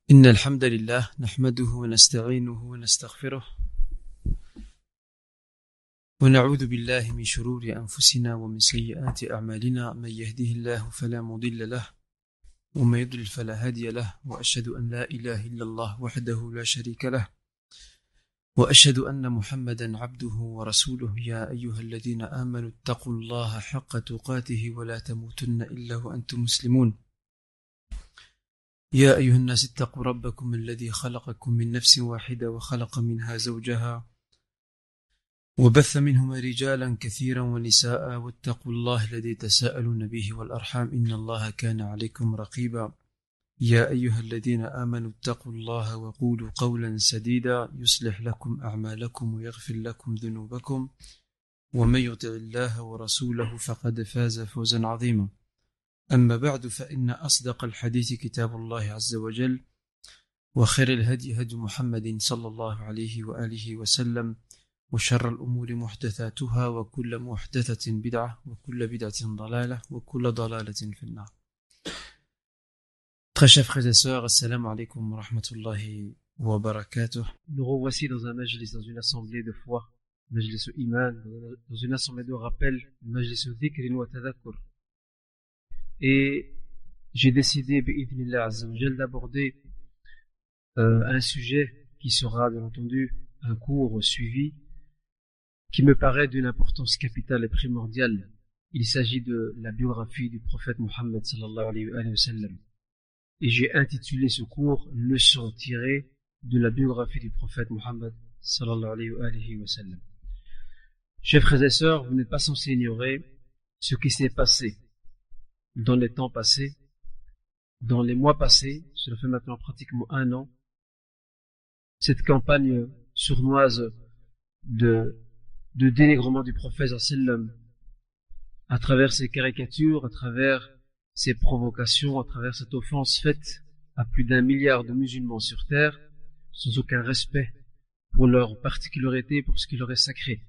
إن الحمد لله نحمده ونستعينه ونستغفره ونعوذ بالله من شرور أنفسنا ومن سيئات أعمالنا من يهده الله فلا مضل له ومن يضلل فلا هادي له وأشهد أن لا إله إلا الله وحده لا شريك له وأشهد أن محمدا عبده ورسوله يا أيها الذين آمنوا اتقوا الله حق تقاته ولا تموتن إلا وأنتم مسلمون يا أيها الناس اتقوا ربكم الذي خلقكم من نفس واحدة وخلق منها زوجها وبث منهما رجالا كثيرا ونساء واتقوا الله الذي تساءلون به والأرحام إن الله كان عليكم رقيبا يا أيها الذين آمنوا اتقوا الله وقولوا قولا سديدا يصلح لكم أعمالكم ويغفر لكم ذنوبكم ومن يطع الله ورسوله فقد فاز فوزا عظيما أما بعد فإن أصدق الحديث كتاب الله عز وجل وخير الهدي هدي محمد صلى الله عليه وآله وسلم وشر الأمور محدثاتها وكل محدثة بدعة وكل بدعة ضلالة وكل ضلالة في النار. Très chers frères et sœurs, assalamu alaikum wa rahmatullahi wa barakatuh. Nous revoici dans un majlis, dans une assemblée de foi, majlis iman, dans une assemblée de rappel, majlis dhikrin wa tadhakkur. Et j'ai décidé, bi'idhnillah azza wa jal, d'aborder un sujet qui sera bien entendu un cours suivi, qui me paraît d'une importance capitale et primordiale. Il s'agit de la biographie du prophète Mohammed sallallahu alayhi wa sallam. Et j'ai intitulé ce cours Leçon tirée de la biographie du prophète Mohammed sallallahu alayhi wa sallam. Chers frères et sœurs, vous n'êtes pas censés ignorer ce qui s'est passé dans les temps passés, dans les mois passés, cela fait maintenant pratiquement 1 an, cette campagne sournoise de dénigrement du prophète sallam, à travers ses caricatures, à travers ses provocations, à travers cette offense faite à plus d'1 milliard de musulmans sur terre, sans aucun respect pour leur particularité, pour ce qui leur est sacré.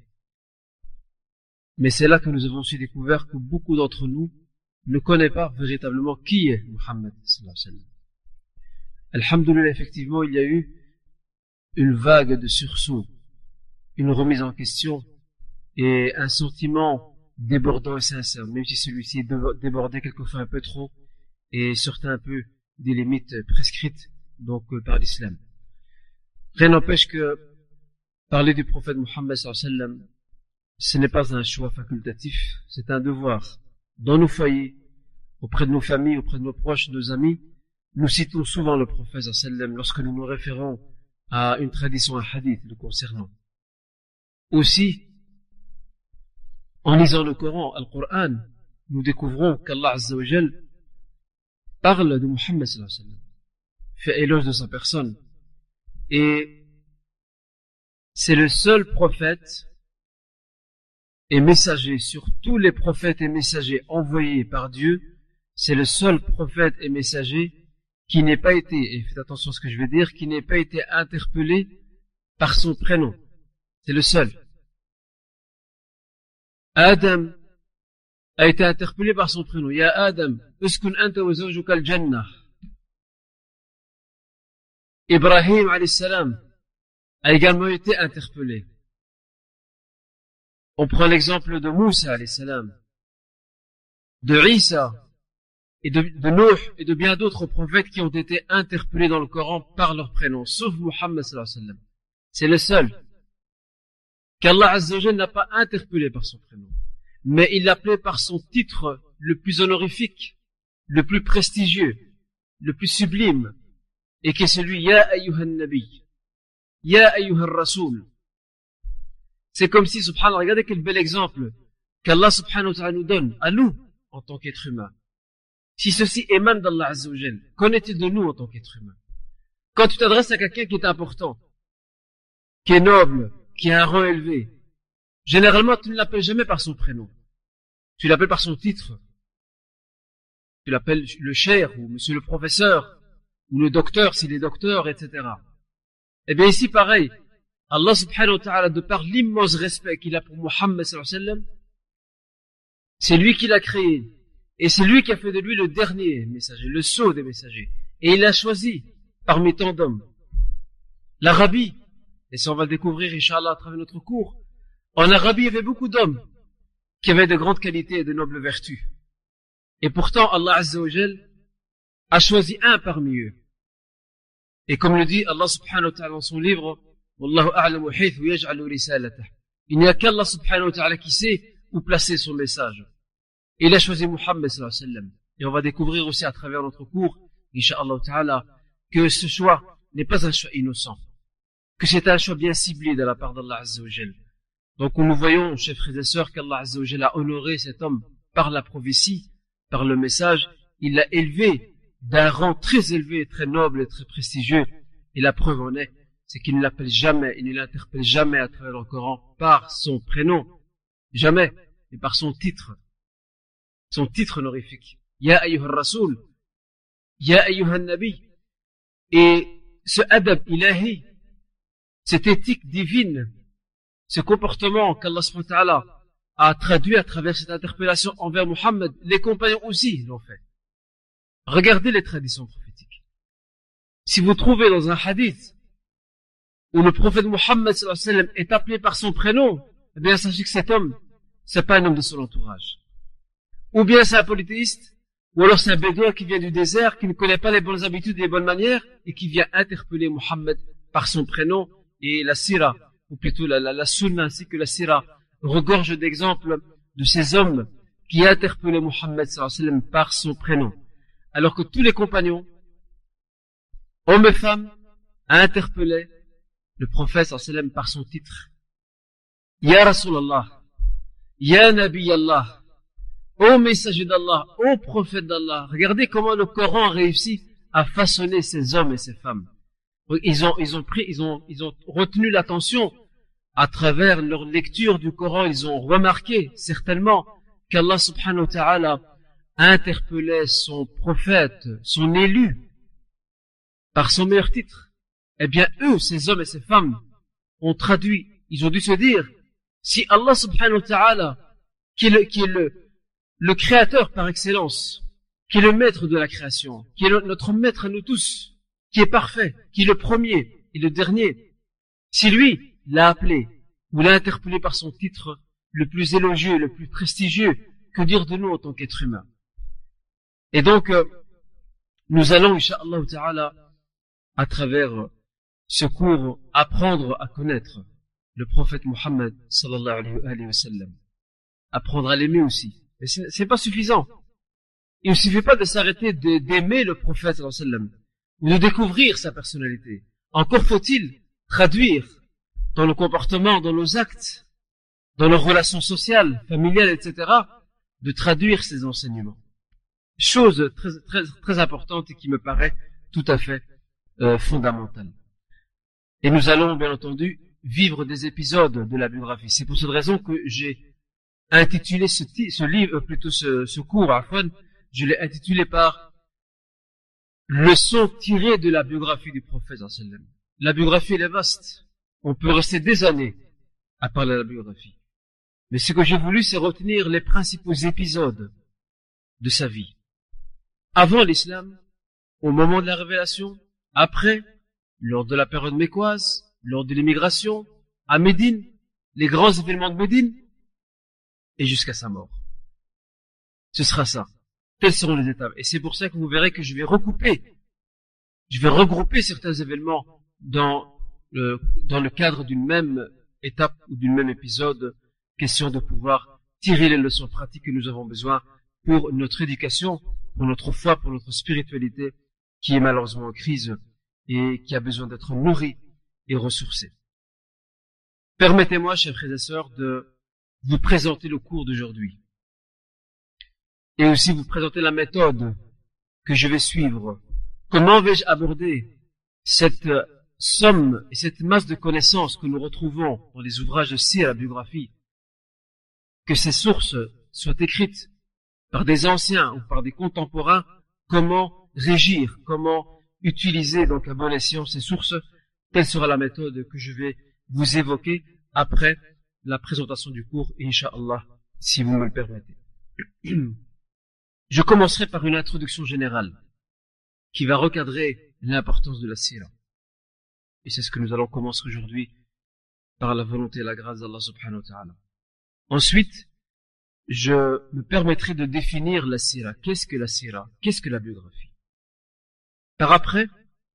Mais c'est là que nous avons aussi découvert que beaucoup d'entre nous ne connaissent pas véritablement qui est Mohammed sallallahu alayhi wa sallam. Alhamdulillah, effectivement, il y a eu une vague de sursaut, une remise en question et un sentiment débordant et sincère, même si celui-ci débordait quelquefois un peu trop et sortait un peu des limites prescrites donc par l'islam. Rien n'empêche que parler du prophète Mohammed sallallahu alayhi wa sallam, ce n'est pas un choix facultatif, c'est un devoir. Dans nos foyers, auprès de nos familles, auprès de nos proches, nos amis, nous citons souvent le prophète sallallahu alayhi wa sallam lorsque nous nous référons à une tradition, un hadith le concernant. Aussi, en lisant le Coran, le Coran, nous découvrons qu'Allah Azza wa Jal parle de Mohammed sallallahu alayhi wa sallam, fait éloge de sa personne. Et c'est le seul prophète et messager sur tous les prophètes et messagers envoyés par Dieu, c'est le seul prophète et messager qui n'ait pas été, et faites attention à ce que je vais dire, qui n'ait pas été interpellé par son prénom. C'est le seul. Adam a été interpellé par son prénom. Ya Adam, uskun anta wa zawjuka al-jannah. Ibrahim alayhi salam a également été interpellé. On prend l'exemple de Moussa alayhi salam, de Isa et de Nuh et de bien d'autres prophètes qui ont été interpellés dans le Coran par leur prénom, sauf Mohammed sallallahu alayhi wa sallam. C'est le seul qu'Allah Azza wa Jal n'a pas interpellé par son prénom, mais il l'appelait par son titre le plus honorifique, le plus prestigieux, le plus sublime, et qui est celui Ya ayyuhan nabi, Ya ayyuhan rasoul. C'est comme si, subhanallah, regardez quel bel exemple qu'Allah subhanahu wa ta'ala nous donne, à nous, en tant qu'être humain. Si ceci émane d'Allah Azza wa Jal, qu'en est-il de nous en tant qu'être humain? Quand tu t'adresses à quelqu'un qui est important, qui est noble, qui a un rang élevé, généralement tu ne l'appelles jamais par son prénom. Tu l'appelles par son titre. Tu l'appelles le cheikh, ou monsieur le professeur, ou le docteur s'il est docteur, etc. Eh bien ici pareil, Allah subhanahu wa ta'ala, de par l'immense respect qu'il a pour Mohammed sallallahu alayhi wa sallam, c'est lui qui l'a créé, et c'est lui qui a fait de lui le dernier messager, le sceau des messagers. Et il l'a choisi parmi tant d'hommes. L'Arabie, et ça on va découvrir, Inch'Allah, à travers notre cours, en Arabie, il y avait beaucoup d'hommes qui avaient de grandes qualités et de nobles vertus. Et pourtant, Allah Azza wa Jal a choisi un parmi eux. Et comme le dit Allah subhanahu wa ta'ala dans son livre, Wallahu a'lamu haythu yaj'alu risalatah. Il n'y a qu'Allah subhanahu wa ta'ala qui sait où placer son message. Et il a choisi Muhammad sallallahu alayhi wa sallam. Et on va découvrir aussi à travers notre cours, Inch'Allah ta'ala, que ce choix n'est pas un choix innocent. Que c'est un choix bien ciblé de la part d'Allah Azza wa Jal. Donc nous voyons, chers frères et sœurs, qu'Allah Azza wa Jal a honoré cet homme par la prophétie, par le message. Il l'a élevé d'un rang très élevé, très noble et très prestigieux. Et la preuve en est, c'est qu'il ne l'appelle jamais, il ne l'interpelle jamais à travers le Coran par son prénom. Jamais. Mais par son titre. Son titre honorifique. Ya ayyuhal rasoul. Ya ayyuhal nabi. Et ce adab ilahi, cette éthique divine, ce comportement qu'Allah subhanahu wa ta'ala a traduit à travers cette interpellation envers Muhammad, les compagnons aussi l'ont fait. Regardez les traditions prophétiques. Si vous trouvez dans un hadith où le prophète Muhammad sallallahu alayhi wa sallam est appelé par son prénom, eh bien sachez que cet homme, c'est pas un homme de son entourage. Ou bien c'est un polythéiste, ou alors c'est un bédouin qui vient du désert, qui ne connaît pas les bonnes habitudes et les bonnes manières, et qui vient interpeller Muhammad par son prénom. Et la sira, ou plutôt la sunna ainsi que la sira, regorge d'exemples de ces hommes qui interpellaient Muhammad sallallahu alayhi wa sallam par son prénom. Alors que tous les compagnons, hommes et femmes, interpellaient le prophète sallallahu alayhi wa sallam par son titre. Ya Rasulallah, Ya Nabi Allah, ô messager d'Allah, ô prophète d'Allah. Regardez comment le Coran a réussi à façonner ces hommes et ces femmes. Ils ont retenu l'attention à travers leur lecture du Coran. Ils ont remarqué certainement qu'Allah subhanahu wa ta'ala interpellait son prophète, son élu, par son meilleur titre. Eh bien, eux, ces hommes et ces femmes, ont traduit, ils ont dû se dire, si Allah subhanahu wa ta'ala, qui est le créateur par excellence, qui est le maître de la création, qui est notre maître à nous tous, qui est parfait, qui est le premier et le dernier, si lui l'a appelé ou l'a interpellé par son titre le plus élogieux, le plus prestigieux, que dire de nous en tant qu'être humain? Et donc, nous allons, incha'Allah ta'ala, à travers ce cours, apprendre à connaître le prophète Muhammad sallallahu alayhi wa sallam. Apprendre à l'aimer aussi. Mais c'est pas suffisant. Il ne suffit pas de s'arrêter d'aimer le prophète sallallahu alayhi wa sallam, ou de découvrir sa personnalité. Encore faut-il traduire dans nos comportements, dans nos actes, dans nos relations sociales, familiales, etc., de traduire ses enseignements. Chose très, très, très importante et qui me paraît tout à fait fondamentale. Et nous allons, bien entendu, vivre des épisodes de la biographie. C'est pour cette raison que j'ai intitulé ce livre, plutôt ce cours, Afwan, je l'ai intitulé par Leçons tirées de la biographie du prophète sallallahu alayhi wa sallam. La biographie, elle est vaste. On peut rester des années à parler de la biographie. Mais ce que j'ai voulu, c'est retenir les principaux épisodes de sa vie. Avant l'islam, au moment de la révélation, après, lors de la période mécoise, lors de l'immigration, à Médine, les grands événements de Médine, et jusqu'à sa mort. Ce sera ça. Telles seront les étapes. Et c'est pour ça que vous verrez que je vais regrouper certains événements dans le cadre d'une même étape ou d'une même épisode, question de pouvoir tirer les leçons pratiques que nous avons besoin pour notre éducation, pour notre foi, pour notre spiritualité, qui est malheureusement en crise et qui a besoin d'être nourrie et ressourcée. Permettez-moi, chers frères et sœurs, de vous présenter le cours d'aujourd'hui. Et aussi vous présenter la méthode que je vais suivre. Comment vais-je aborder cette somme et cette masse de connaissances que nous retrouvons dans les ouvrages de sira, la biographie, que ces sources soient écrites par des anciens ou par des contemporains, comment régir, comment utiliser donc à bon escient ces sources, telle sera la méthode que je vais vous évoquer après la présentation du cours, Inch'Allah, si vous me le permettez. Je commencerai par une introduction générale qui va recadrer l'importance de la sira. Et c'est ce que nous allons commencer aujourd'hui par la volonté et la grâce d'Allah subhanahu wa ta'ala. Ensuite, je me permettrai de définir la sira. Qu'est-ce que la sira? Qu'est-ce que la biographie? Par après,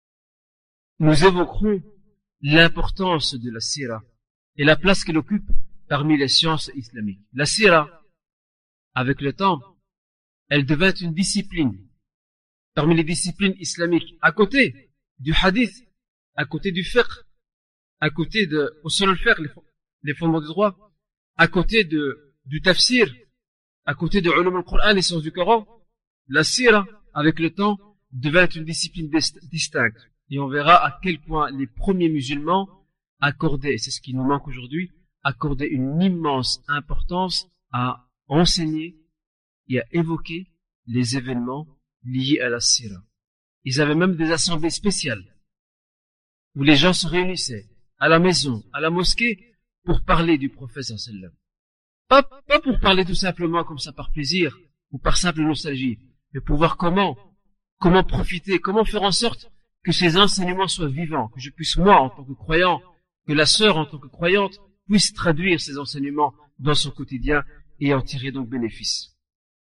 nous évoquerons l'importance de la sira et la place qu'elle occupe parmi les sciences islamiques. La sira, avec le temps, elle devint une discipline parmi les disciplines islamiques, à côté du hadith, à côté du fiqh, à côté de usul al-fiqh, les fondements du droit, à côté du tafsir, à côté de ulum al-Qur'an, les sciences du Coran. La sira, avec le temps, devint une discipline distincte. Et on verra à quel point les premiers musulmans accordaient, et c'est ce qui nous manque aujourd'hui, accordaient une immense importance à enseigner et à évoquer les événements liés à la sira. Ils avaient même des assemblées spéciales où les gens se réunissaient à la maison, à la mosquée, pour parler du prophète sallallahu alayhi wa sallam. Pas pour parler tout simplement comme ça par plaisir ou par simple nostalgie, mais pour voir comment profiter, comment faire en sorte que ces enseignements soient vivants, que je puisse moi en tant que croyant, que la sœur en tant que croyante puisse traduire ces enseignements dans son quotidien et en tirer donc bénéfice.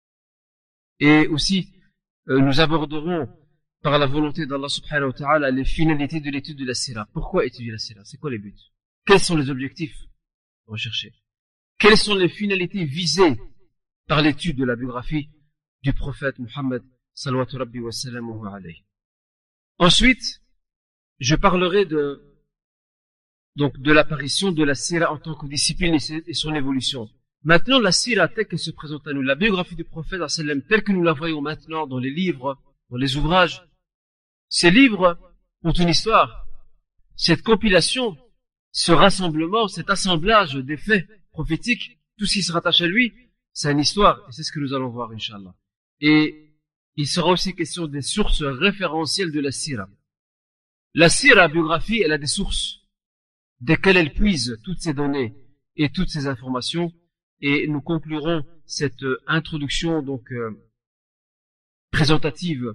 Et aussi, nous aborderons par la volonté d'Allah subhanahu wa ta'ala les finalités de l'étude de la sira. Pourquoi étudier la sira? C'est quoi les buts? Quels sont les objectifs recherchés? Quelles sont les finalités visées par l'étude de la biographie du prophète Muhammad sallallahu rabbi wa sallamuhu alayhi? Ensuite, je parlerai de l'apparition de la sira en tant que discipline et son évolution. Maintenant, la sira telle qu'elle se présente à nous, la biographie du prophète sallam telle que nous la voyons maintenant dans les livres, dans les ouvrages, ces livres ont une histoire. Cette compilation, ce rassemblement, cet assemblage des faits prophétiques, tout ce qui se rattache à lui, c'est une histoire, et c'est ce que nous allons voir, Inch'Allah. Et il sera aussi question des sources référentielles de la sira. La sira, biographie, elle a des sources, desquelles elle puise toutes ces données et toutes ces informations, et nous conclurons cette introduction présentative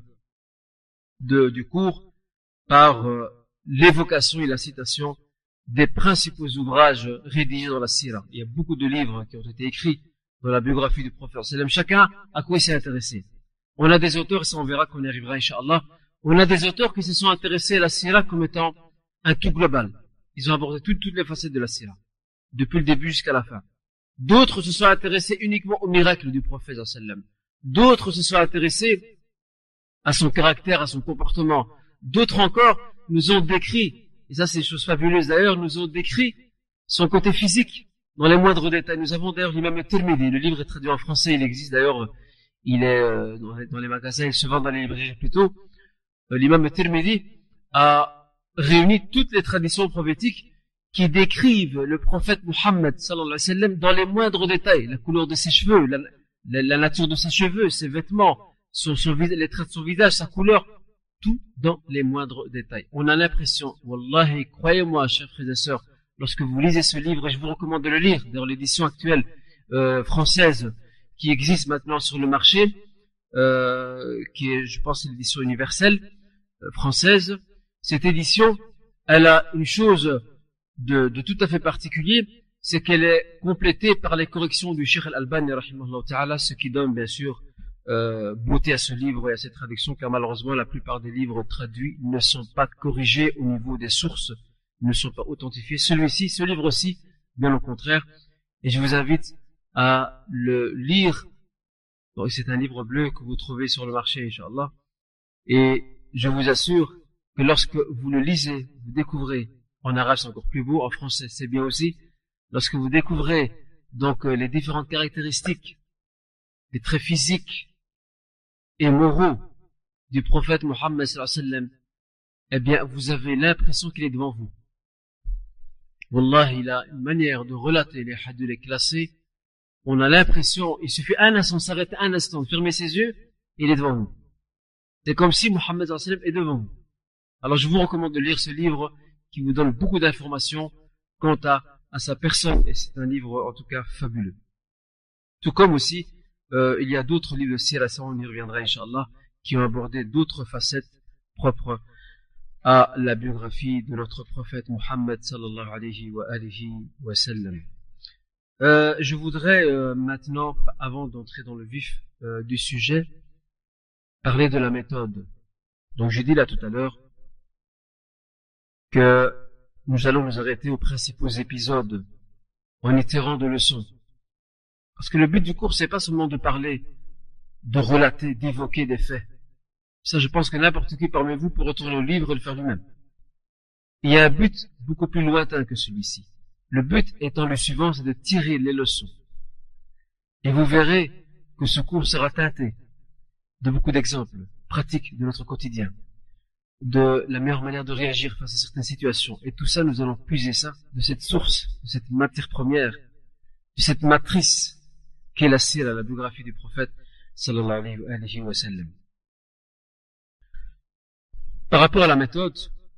du cours par l'évocation et la citation des principaux ouvrages rédigés dans la sira. Il y a beaucoup de livres qui ont été écrits dans la biographie du prophète sallam. Chacun à quoi il s'est intéressé. On a des auteurs, et ça on verra qu'on y arrivera Inch'Allah, on a des auteurs qui se sont intéressés à la sira comme étant un tout global. Ils ont abordé toutes les facettes de la sira, depuis le début jusqu'à la fin. D'autres se sont intéressés uniquement au miracle du prophète sallam. D'autres se sont intéressés à son caractère, à son comportement. D'autres encore nous ont décrit, et ça c'est une chose fabuleuse d'ailleurs, nous ont décrit son côté physique dans les moindres détails. Nous avons d'ailleurs l'imam Tirmidhi, le livre est traduit en français, il existe d'ailleurs, il est dans les magasins, il se vend dans les librairies plutôt. L'imam Tirmidhi a réuni toutes les traditions prophétiques qui décrivent le prophète Muhammad sallallahu alayhi wa sallam dans les moindres détails, la couleur de ses cheveux, la nature de ses cheveux, ses vêtements, les traits de son visage, sa couleur, tout dans les moindres détails. On a l'impression, wallahi, croyez-moi, chers frères et sœurs, lorsque vous lisez ce livre, et je vous recommande de le lire, dans l'édition actuelle française qui existe maintenant sur le marché, qui est, je pense, l'édition universelle française, cette édition, elle a une chose de tout à fait particulier, c'est qu'elle est complétée par les corrections du Cheikh Al-Albani, rahimahullah ta'ala, ce qui donne bien sûr beauté à ce livre et à cette traduction, car malheureusement la plupart des livres traduits ne sont pas corrigés au niveau des sources, ne sont pas authentifiés. Ce livre-ci, bien au contraire, et je vous invite à le lire. Bon, c'est un livre bleu que vous trouvez sur le marché, Inch'Allah, et je vous assure que lorsque vous le lisez, vous découvrez, en arabe c'est encore plus beau, en français c'est bien aussi, lorsque vous découvrez donc les différentes caractéristiques, les traits physiques et moraux du prophète Muhammad sallallahu alayhi wa sallam, eh bien vous avez l'impression qu'il est devant vous. Wallah, il a une manière de relater les hadiths, de les classer. On a l'impression, il suffit un instant, s'arrêter un instant, fermer ses yeux, et il est devant vous. C'est comme si Muhammad sallallahu alayhi wa sallam est devant vous. Alors je vous recommande de lire ce livre qui vous donne beaucoup d'informations quant à sa personne, et c'est un livre en tout cas fabuleux. Tout comme aussi, il y a d'autres livres de sira, on y reviendra Inch'Allah, qui ont abordé d'autres facettes propres à la biographie de notre prophète Muhammad sallallahu alayhi wa sallam. Je voudrais maintenant, avant d'entrer dans le vif du sujet, parler de la méthode. Donc j'ai dit là tout à l'heure que nous allons nous arrêter aux principaux épisodes en y tirant de leçons. Parce que le but du cours, c'est pas seulement de parler, de relater, d'évoquer des faits. Ça, je pense que n'importe qui parmi vous peut retourner au livre et le faire lui-même. Il y a un but beaucoup plus lointain que celui-ci. Le but étant le suivant, c'est de tirer les leçons. Et vous verrez que ce cours sera teinté de beaucoup d'exemples pratiques de notre quotidien, de la meilleure manière de réagir face à certaines situations. Et tout ça, nous allons puiser ça de cette source, de cette matière première, de cette matrice qu'est la sira, la biographie du prophète sallallahu alayhi wa sallam. Par rapport à la méthode,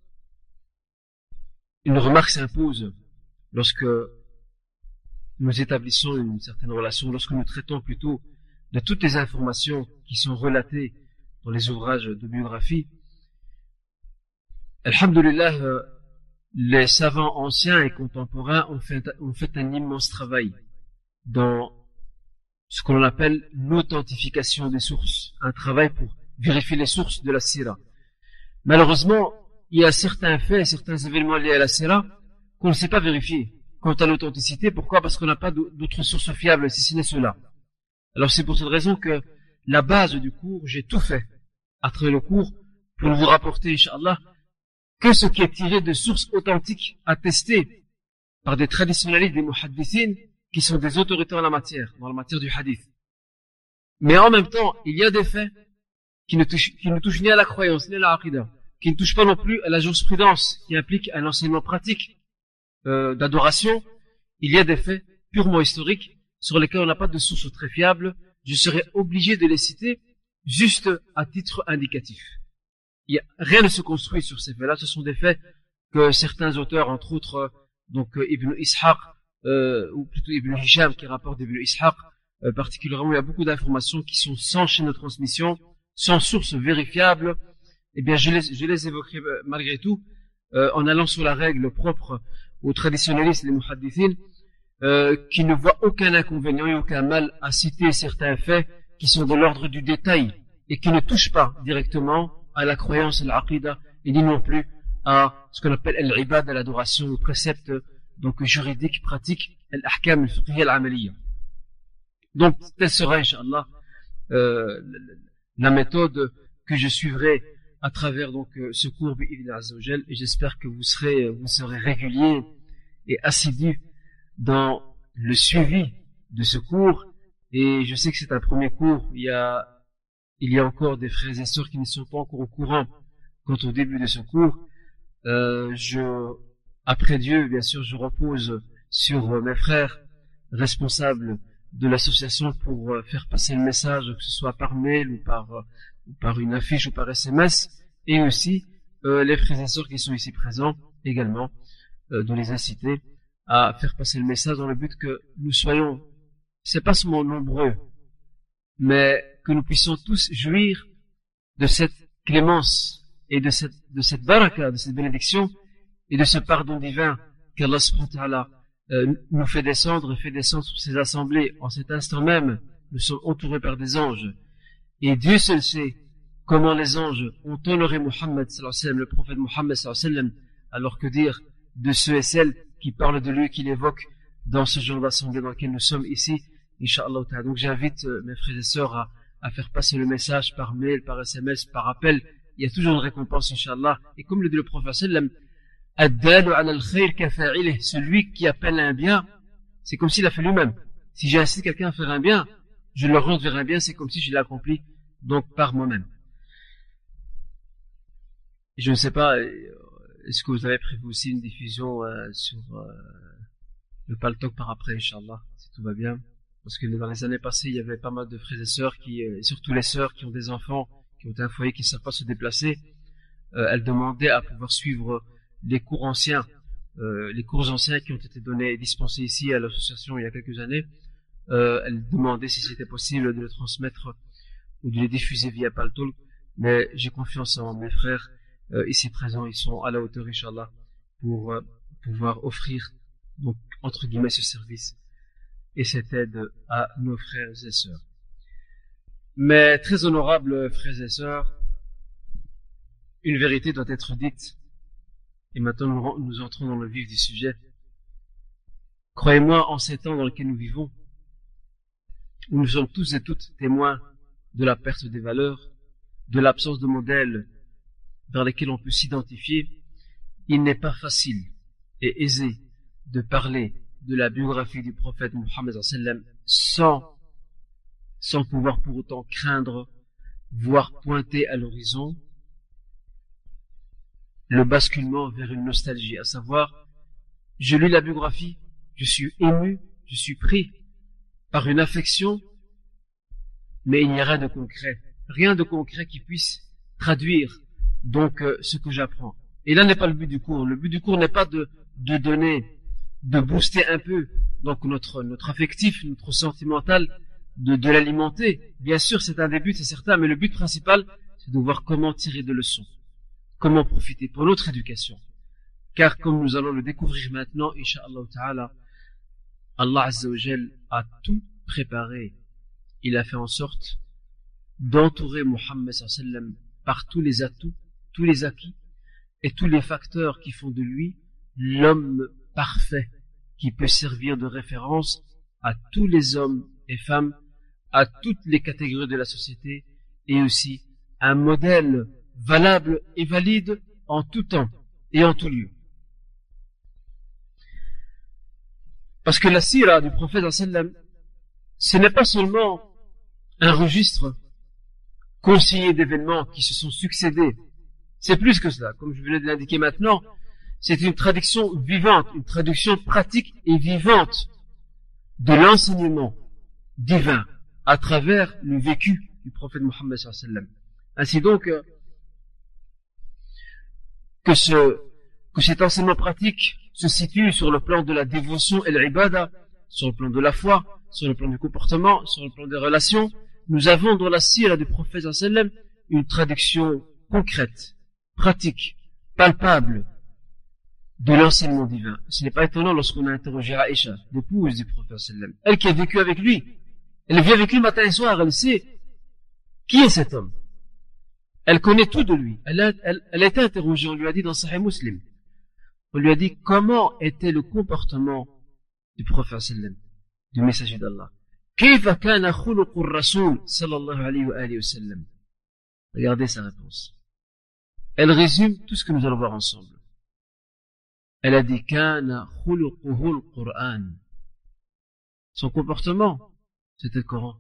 une remarque s'impose lorsque nous établissons une certaine relation, lorsque nous traitons plutôt de toutes les informations qui sont relatées dans les ouvrages de biographie. Alhamdulillah, les savants anciens et contemporains ont fait un immense travail dans ce que l'on appelle l'authentification des sources, un travail pour vérifier les sources de la sira. Malheureusement, il y a certains faits, certains événements liés à la sira qu'on ne sait pas vérifier. Quant à l'authenticité, pourquoi? Parce qu'on n'a pas d'autres sources fiables si ce n'est cela. Alors c'est pour cette raison que la base du cours, j'ai tout fait à travers le cours pour vous rapporter, Inch'Allah, que ce qui est tiré de sources authentiques attestées par des traditionnalistes, des muhaddithines, qui sont des autorités en la matière, dans la matière du hadith. Mais en même temps, il y a des faits qui ne touchent ni à la croyance, ni à la aqidah, qui ne touchent pas non plus à la jurisprudence, qui implique un enseignement pratique d'adoration. Il y a des faits purement historiques sur lesquels on n'a pas de source très fiable. Je serais obligé de les citer juste à titre indicatif. Rien ne se construit sur ces faits-là. Ce sont des faits que certains auteurs, entre autres, Ibn Ishaq, ou plutôt Ibn Hisham, qui rapporte d'Ibn Ishaq, particulièrement, il y a beaucoup d'informations qui sont sans chaîne de transmission, sans source vérifiable. Eh bien, je les évoquerai malgré tout, en allant sur la règle propre aux traditionnalistes et les muhaddithines, qui ne voient aucun inconvénient et aucun mal à citer certains faits qui sont de l'ordre du détail et qui ne touchent pas directement à la croyance, à l'aqida, et ni non plus à ce qu'on appelle al-ibad, à l'adoration, au précepte donc juridique, pratique, al-ahkam, al-fiqhiyya, al-amaliyya. Donc, telle sera, Inch'Allah, la méthode que je suivrai à travers donc ce cours bi'idhni azza wa jal, et j'espère que vous serez réguliers et assidus dans le suivi de ce cours. Et je sais que c'est un premier cours, il y a encore des frères et sœurs qui ne sont pas encore au courant quant au début de ce cours. Après Dieu, bien sûr, je repose sur mes frères responsables de l'association pour faire passer le message, que ce soit par mail ou par une affiche ou par SMS, et aussi les frères et sœurs qui sont ici présents également, de les inciter à faire passer le message dans le but que nous soyons, c'est pas seulement nombreux, mais que nous puissions tous jouir de cette clémence et de cette baraka, de cette bénédiction et de ce pardon divin qu'Allah subhanahu wa ta'ala nous fait descendre et fait descendre sur ces assemblées. En cet instant même, nous sommes entourés par des anges. Et Dieu seul sait comment les anges ont honoré Muhammad sallallahu alayhi wa sallam, le prophète Muhammad sallallahu alayhi wa sallam, alors que dire de ceux et celles qui parlent de lui, qui l'évoquent dans ce genre d'assemblée dans lequel nous sommes ici, Inch'Allah ta'ala. Donc j'invite mes frères et sœurs à faire passer le message par mail, par SMS, par appel. Il y a toujours une récompense, Inch'Allah. Et comme le dit le prophète sallallahu alayhi wa sallam, Ad-dalu ala al-khayr kafa'ilih, celui qui appelle un bien, c'est comme s'il a fait lui-même. Si j'incite quelqu'un à faire un bien, je le rends vers un bien, c'est comme si je l'ai accompli, donc par moi-même. Je ne sais pas, est-ce que vous avez prévu aussi une diffusion sur le Paltalk par après, Inch'Allah, si tout va bien. Parce que dans les années passées, il y avait pas mal de frères et sœurs et surtout les sœurs qui ont des enfants, qui ont un foyer, qui ne savent pas se déplacer. Elles demandaient à pouvoir suivre les cours anciens qui ont été donnés et dispensés ici à l'association il y a quelques années. Elles demandaient si c'était possible de les transmettre ou de les diffuser via Paltalk. Mais j'ai confiance en mes frères ici présents, ils sont à la hauteur, Inch'Allah, pour pouvoir offrir, donc, entre guillemets, ce service et cette aide à nos frères et sœurs. Mais, très honorables frères et sœurs, une vérité doit être dite. Et maintenant, nous entrons dans le vif du sujet. Croyez-moi, en ces temps dans lesquels nous vivons, où nous sommes tous et toutes témoins de la perte des valeurs, de l'absence de modèles vers lesquels on peut s'identifier, il n'est pas facile et aisé de parler de la biographie du prophète Mohammed sans pouvoir pour autant craindre, voire pointer à l'horizon, le basculement vers une nostalgie, à savoir, je lis la biographie, je suis ému, je suis pris par une affection, mais il n'y a rien de concret qui puisse traduire donc ce que j'apprends. Et là n'est pas le but du cours. Le but du cours n'est pas de donner, de booster un peu donc notre affectif, notre sentimental, de l'alimenter. Bien sûr, c'est un des buts, c'est certain, mais le but principal, c'est de voir comment tirer des leçons, comment profiter pour notre éducation. Car comme nous allons le découvrir maintenant, Inch'Allah Ta'ala, Allah Azza wa Jal a tout préparé. Il a fait en sorte d'entourer Muhammad sallam par tous les atouts, tous les acquis et tous les facteurs qui font de lui l'homme parfait qui peut servir de référence à tous les hommes et femmes, à toutes les catégories de la société et aussi un modèle valable et valide en tout temps et en tout lieu. Parce que la sira du prophète sallam, ce n'est pas seulement un registre consigné d'événements qui se sont succédés. C'est plus que cela. Comme je venais de l'indiquer maintenant, c'est une traduction vivante, une traduction pratique et vivante de l'enseignement divin à travers le vécu du prophète Mohammed sallallahu alayhi wa sallam. Ainsi donc, que cet enseignement pratique se situe sur le plan de la dévotion et l'ibada, sur le plan de la foi, sur le plan du comportement, sur le plan des relations. Nous avons dans la sira du prophète sallallahu alayhi wa sallam une traduction concrète, pratique, palpable de l'enseignement divin. Ce n'est pas étonnant lorsqu'on a interrogé Aïcha, l'épouse du prophète sallallahu alayhi wa sallam, elle qui a vécu avec lui. Elle vit avec lui matin et soir, elle sait qui est cet homme. Elle connaît tout de lui. Elle a été interrogée, on lui a dit dans Sahih Muslim. On lui a dit comment était le comportement du prophète sallam, du messager d'Allah. كيف كان خلق الرسول صلى الله عليه وآله وسلم. Regardez sa réponse. Elle résume tout ce que nous allons voir ensemble. Elle a dit كان خلقه القرآن. Son comportement, c'était le Coran.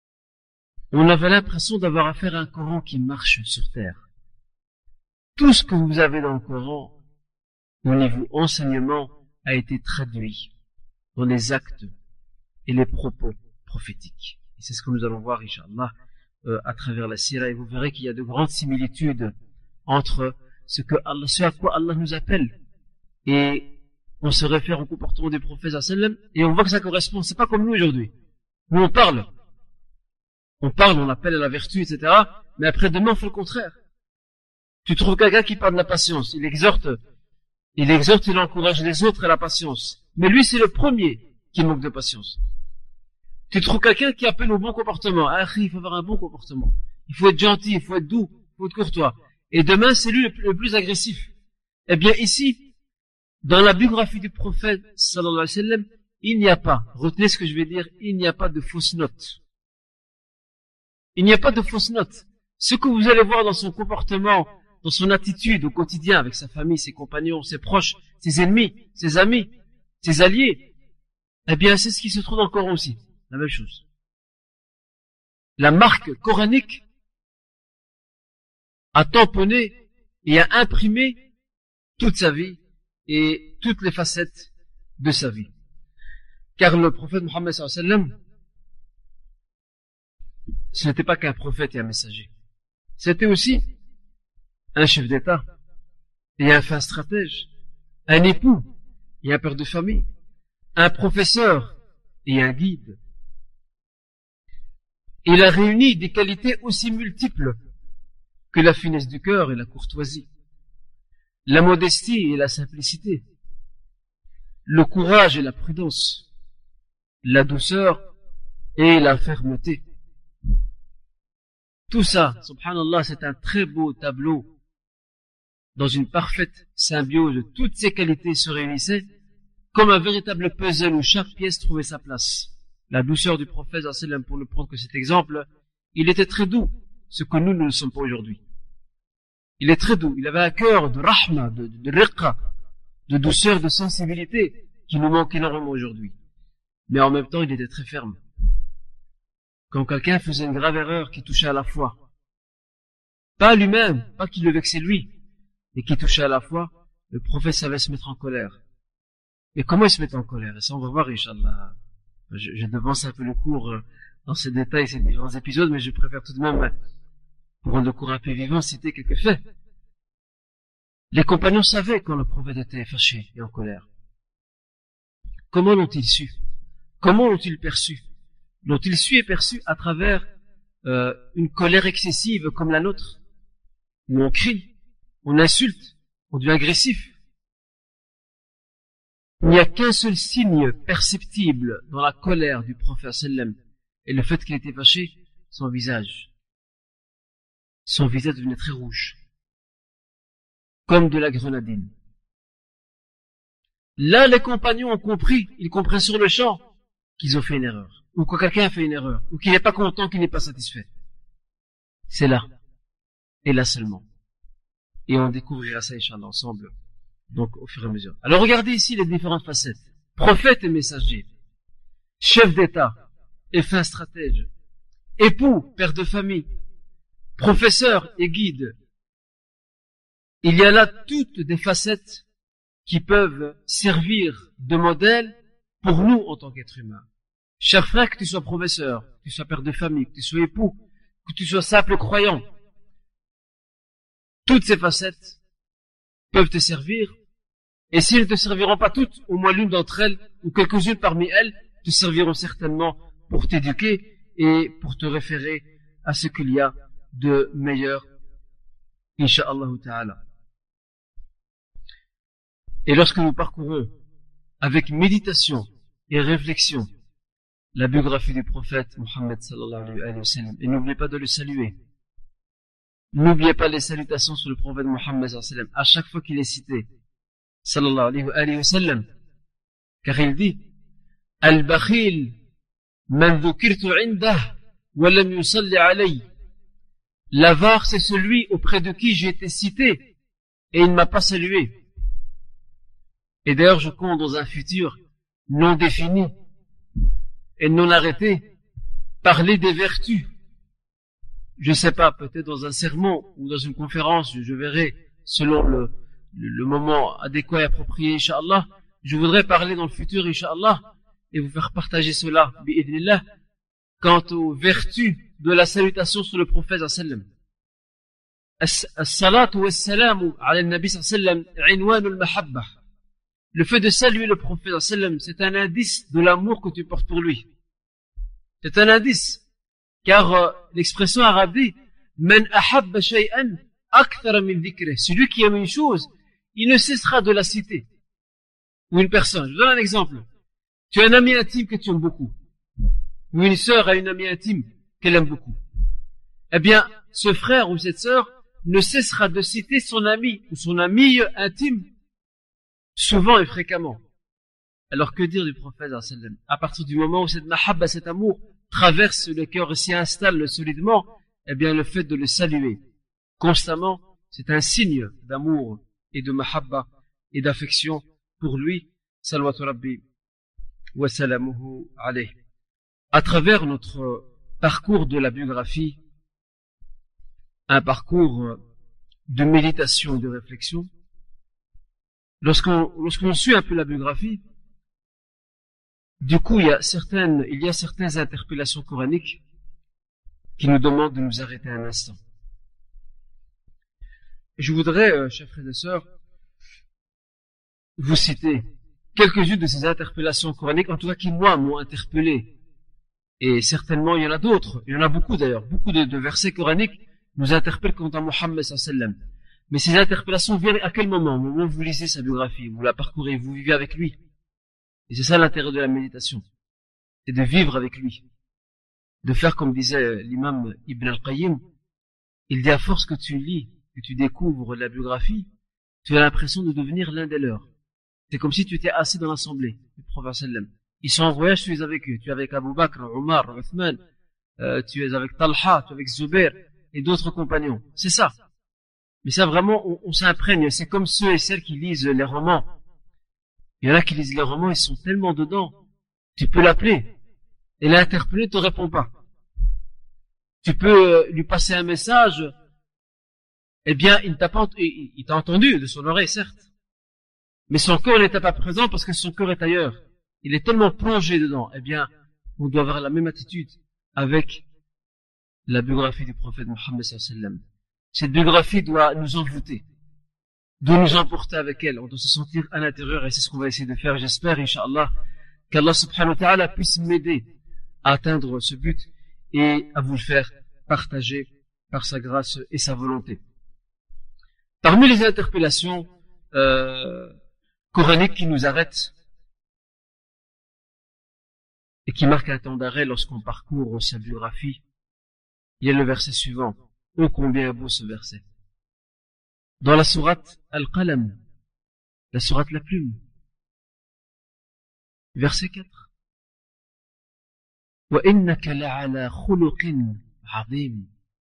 On avait l'impression d'avoir affaire à un Coran qui marche sur terre. Tout ce que vous avez dans le Coran, au niveau enseignement, a été traduit dans les actes et les propos prophétiques. Et c'est ce que nous allons voir, Inch'Allah, à travers la sira. Et vous verrez qu'il y a de grandes similitudes entre ce à quoi Allah nous appelle. Et on se réfère au comportement des prophètes sallam, et on voit que ça correspond. C'est pas comme nous aujourd'hui. Nous on parle, on appelle à la vertu, etc. Mais après demain on fait le contraire. Tu trouves quelqu'un qui parle de la patience, il exhorte, il encourage les autres à la patience. Mais lui c'est le premier qui manque de patience. Tu trouves quelqu'un qui appelle au bon comportement. Ah, il faut avoir un bon comportement. Il faut être gentil, il faut être doux, il faut être courtois. Et demain c'est lui le plus agressif. Eh bien ici, dans la biographie du prophète sallallahu alayhi wa sallam, il n'y a pas, retenez ce que je vais dire, il n'y a pas de fausses notes. Il n'y a pas de fausses notes. Ce que vous allez voir dans son comportement, dans son attitude au quotidien avec sa famille, ses compagnons, ses proches, ses ennemis, ses amis, ses alliés, eh bien c'est ce qui se trouve dans le Coran aussi. La même chose. La marque coranique a tamponné et a imprimé toute sa vie et toutes les facettes de sa vie. Car le prophète Mohammed sallallahu alayhi wa sallam, ce n'était pas qu'un prophète et un messager. C'était aussi un chef d'État et un fin stratège, un époux et un père de famille, un professeur et un guide. Il a réuni des qualités aussi multiples que la finesse du cœur et la courtoisie, la modestie et la simplicité, le courage et la prudence, la douceur et la fermeté. Tout ça, subhanallah, c'est un très beau tableau. Dans une parfaite symbiose, toutes ces qualités se réunissaient comme un véritable puzzle où chaque pièce trouvait sa place. La douceur du prophète, pour ne prendre que cet exemple, il était très doux, ce que nous ne sommes pas aujourd'hui. Il est très doux, il avait un cœur de rahma, de riqqa, de douceur, de sensibilité, qui nous manque énormément aujourd'hui. Mais en même temps, il était très ferme. Quand quelqu'un faisait une grave erreur qui touchait à la foi, pas lui-même, pas qui le vexait lui, et qui touchait à la foi, le prophète savait se mettre en colère. Et comment il se met en colère? Et ça, on va voir, Inch'Allah. Je devance un peu le cours dans ces détails, ces différents épisodes, mais je préfère tout de même, pour rendre le cours un peu vivant, citer quelques faits. Les compagnons savaient quand le prophète était fâché et en colère. Comment l'ont-ils su? Comment l'ont-ils perçu? L'ont-ils su et perçu à travers une colère excessive comme la nôtre, où on crie, on insulte, on devient agressif? Il n'y a qu'un seul signe perceptible dans la colère du prophète sallam et le fait qu'il était fâché, son visage. Son visage devenait très rouge, comme de la grenadine. Là, les compagnons ont compris, ils comprennent sur le champ qu'ils ont fait une erreur, ou que quelqu'un a fait une erreur, ou qu'il n'est pas content, qu'il n'est pas satisfait. C'est là, et là seulement. Et on découvrira ça, Inch'Allah, ensemble, donc au fur et à mesure. Alors regardez ici les différentes facettes. Prophète et messager, chef d'État et fin stratège, époux, père de famille, professeur et guide. Il y a là toutes des facettes qui peuvent servir de modèle pour nous en tant qu'êtres humains. Cher frère, que tu sois professeur, que tu sois père de famille, que tu sois époux, que tu sois simple croyant, toutes ces facettes peuvent te servir, et s'ils ne te serviront pas toutes, au moins l'une d'entre elles, ou quelques-unes parmi elles, te serviront certainement pour t'éduquer et pour te référer à ce qu'il y a de meilleur, Inch'Allah ta'ala. Et lorsque nous parcourons avec méditation et réflexion la biographie du prophète Mohammed sallallahu alayhi wa sallam, et n'oubliez pas de le saluer. N'oubliez pas les salutations sur le prophète Mohammed sallallahu alayhi wa sallam à chaque fois qu'il est cité, sallallahu alayhi wa sallam, car il dit Al-Bakhil man dhukirtu indah wa lam yusalli alayhi. L'avare, c'est celui auprès de qui j'ai été cité et il ne m'a pas salué. Et d'ailleurs, je compte dans un futur non défini et non arrêté parler des vertus. Je sais pas, peut-être dans un sermon ou dans une conférence, je verrai selon le moment adéquat et approprié, Inch'Allah. Je voudrais parler dans le futur, Inch'Allah, et vous faire partager cela, bi'idhnillah, quant aux vertus de la salutation sur le prophète sallam. As-salatu was-salamu ala al-nabi sallam, inwanul mahabba. Le fait de saluer le prophète sallam, c'est un indice de l'amour que tu portes pour lui. C'est un indice. Car l'expression arabe dit Man ahabba shay'an akthara min dhikrih. Celui qui aime une chose, il ne cessera de la citer. Ou une personne. Je vous donne un exemple. Tu as un ami intime que tu aimes beaucoup. Ou une sœur a une amie intime qu'elle aime beaucoup. Eh bien, ce frère ou cette sœur ne cessera de citer son ami ou son amie intime souvent et fréquemment. Alors que dire du prophète sallam? À partir du moment où cette mahabba, cet amour, traverse le cœur et s'y installe solidement, eh bien le fait de le saluer constamment, c'est un signe d'amour et de mahabba et d'affection pour lui, salawatu rabbi wa salamuhu alayh. À travers notre parcours de la biographie, un parcours de méditation et de réflexion, lorsqu'on suit un peu la biographie, du coup, il y a certaines interpellations coraniques qui nous demandent de nous arrêter un instant. Je voudrais, chers frères et sœurs, vous citer quelques-unes de ces interpellations coraniques, en tout cas qui, moi, m'ont interpellé. Et certainement, il y en a d'autres. Il y en a beaucoup d'ailleurs. Beaucoup de versets coraniques nous interpellent quant à Mohammed sallallahu alayhi wa sallam. Mais ces interpellations viennent à quel moment? Au moment où vous lisez sa biographie, vous la parcourez, vous vivez avec lui. Et c'est ça l'intérêt de la méditation. C'est de vivre avec lui. De faire comme disait l'imam Ibn al-Qayyim. Il dit à force que tu lis, que tu découvres la biographie, tu as l'impression de devenir l'un des leurs. C'est comme si tu étais assis dans l'assemblée du prophète sallam. Ils sont en voyage, tu es avec eux. Tu es avec Abu Bakr, Omar, Uthman, tu es avec Talha, tu es avec Zubair et d'autres compagnons. C'est ça. Mais ça vraiment, on s'imprègne. C'est comme ceux et celles qui lisent les romans. Il y en a qui lisent les romans, ils sont tellement dedans. Tu peux l'appeler. Et l'interpeller ne te répond pas. Tu peux lui passer un message. Eh bien, il t'a entendu de son oreille, certes. Mais son cœur n'était pas présent parce que son cœur est ailleurs. Il est tellement plongé dedans. Eh bien, on doit avoir la même attitude avec la biographie du prophète Mohammed sallallahu alayhi wa sallam. Cette biographie doit nous envoûter, doit nous emporter avec elle. On doit se sentir à l'intérieur et c'est ce qu'on va essayer de faire. J'espère, Inch'Allah, qu'Allah subhanahu wa ta'ala puisse m'aider à atteindre ce but et à vous le faire partager par sa grâce et sa volonté. Parmi les interpellations coraniques qui nous arrêtent et qui marquent un temps d'arrêt lorsqu'on parcourt sa biographie, il y a le verset suivant. Oh combien est beau ce verset. Dans la sourate Al-Qalam, la sourate la plume, verset 4. وَإِنَّكَ لَعَلَى خُلُقٍ عَظِيمٍ.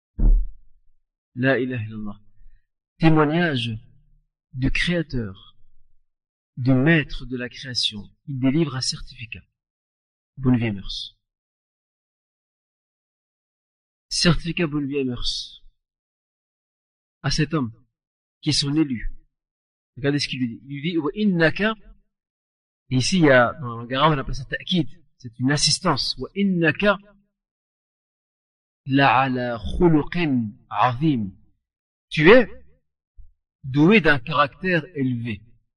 La ilaha illallah. Témoignage du Créateur, du Maître de la création. Il délivre un certificat. Bonne vie et mœurs. Certificat bonne vie et mœurs à cet homme qui est son élu. Regardez ce qu'il lui dit. Il lui dit وَإِنَّكَ, et ici il y a dans le arabe on appelle ça ta'kid, c'est une assistance. وَإِنَّكَ لَعَلَى خُلُقٍ عَظِيمٍ. Tu es doué d'un caractère élevé.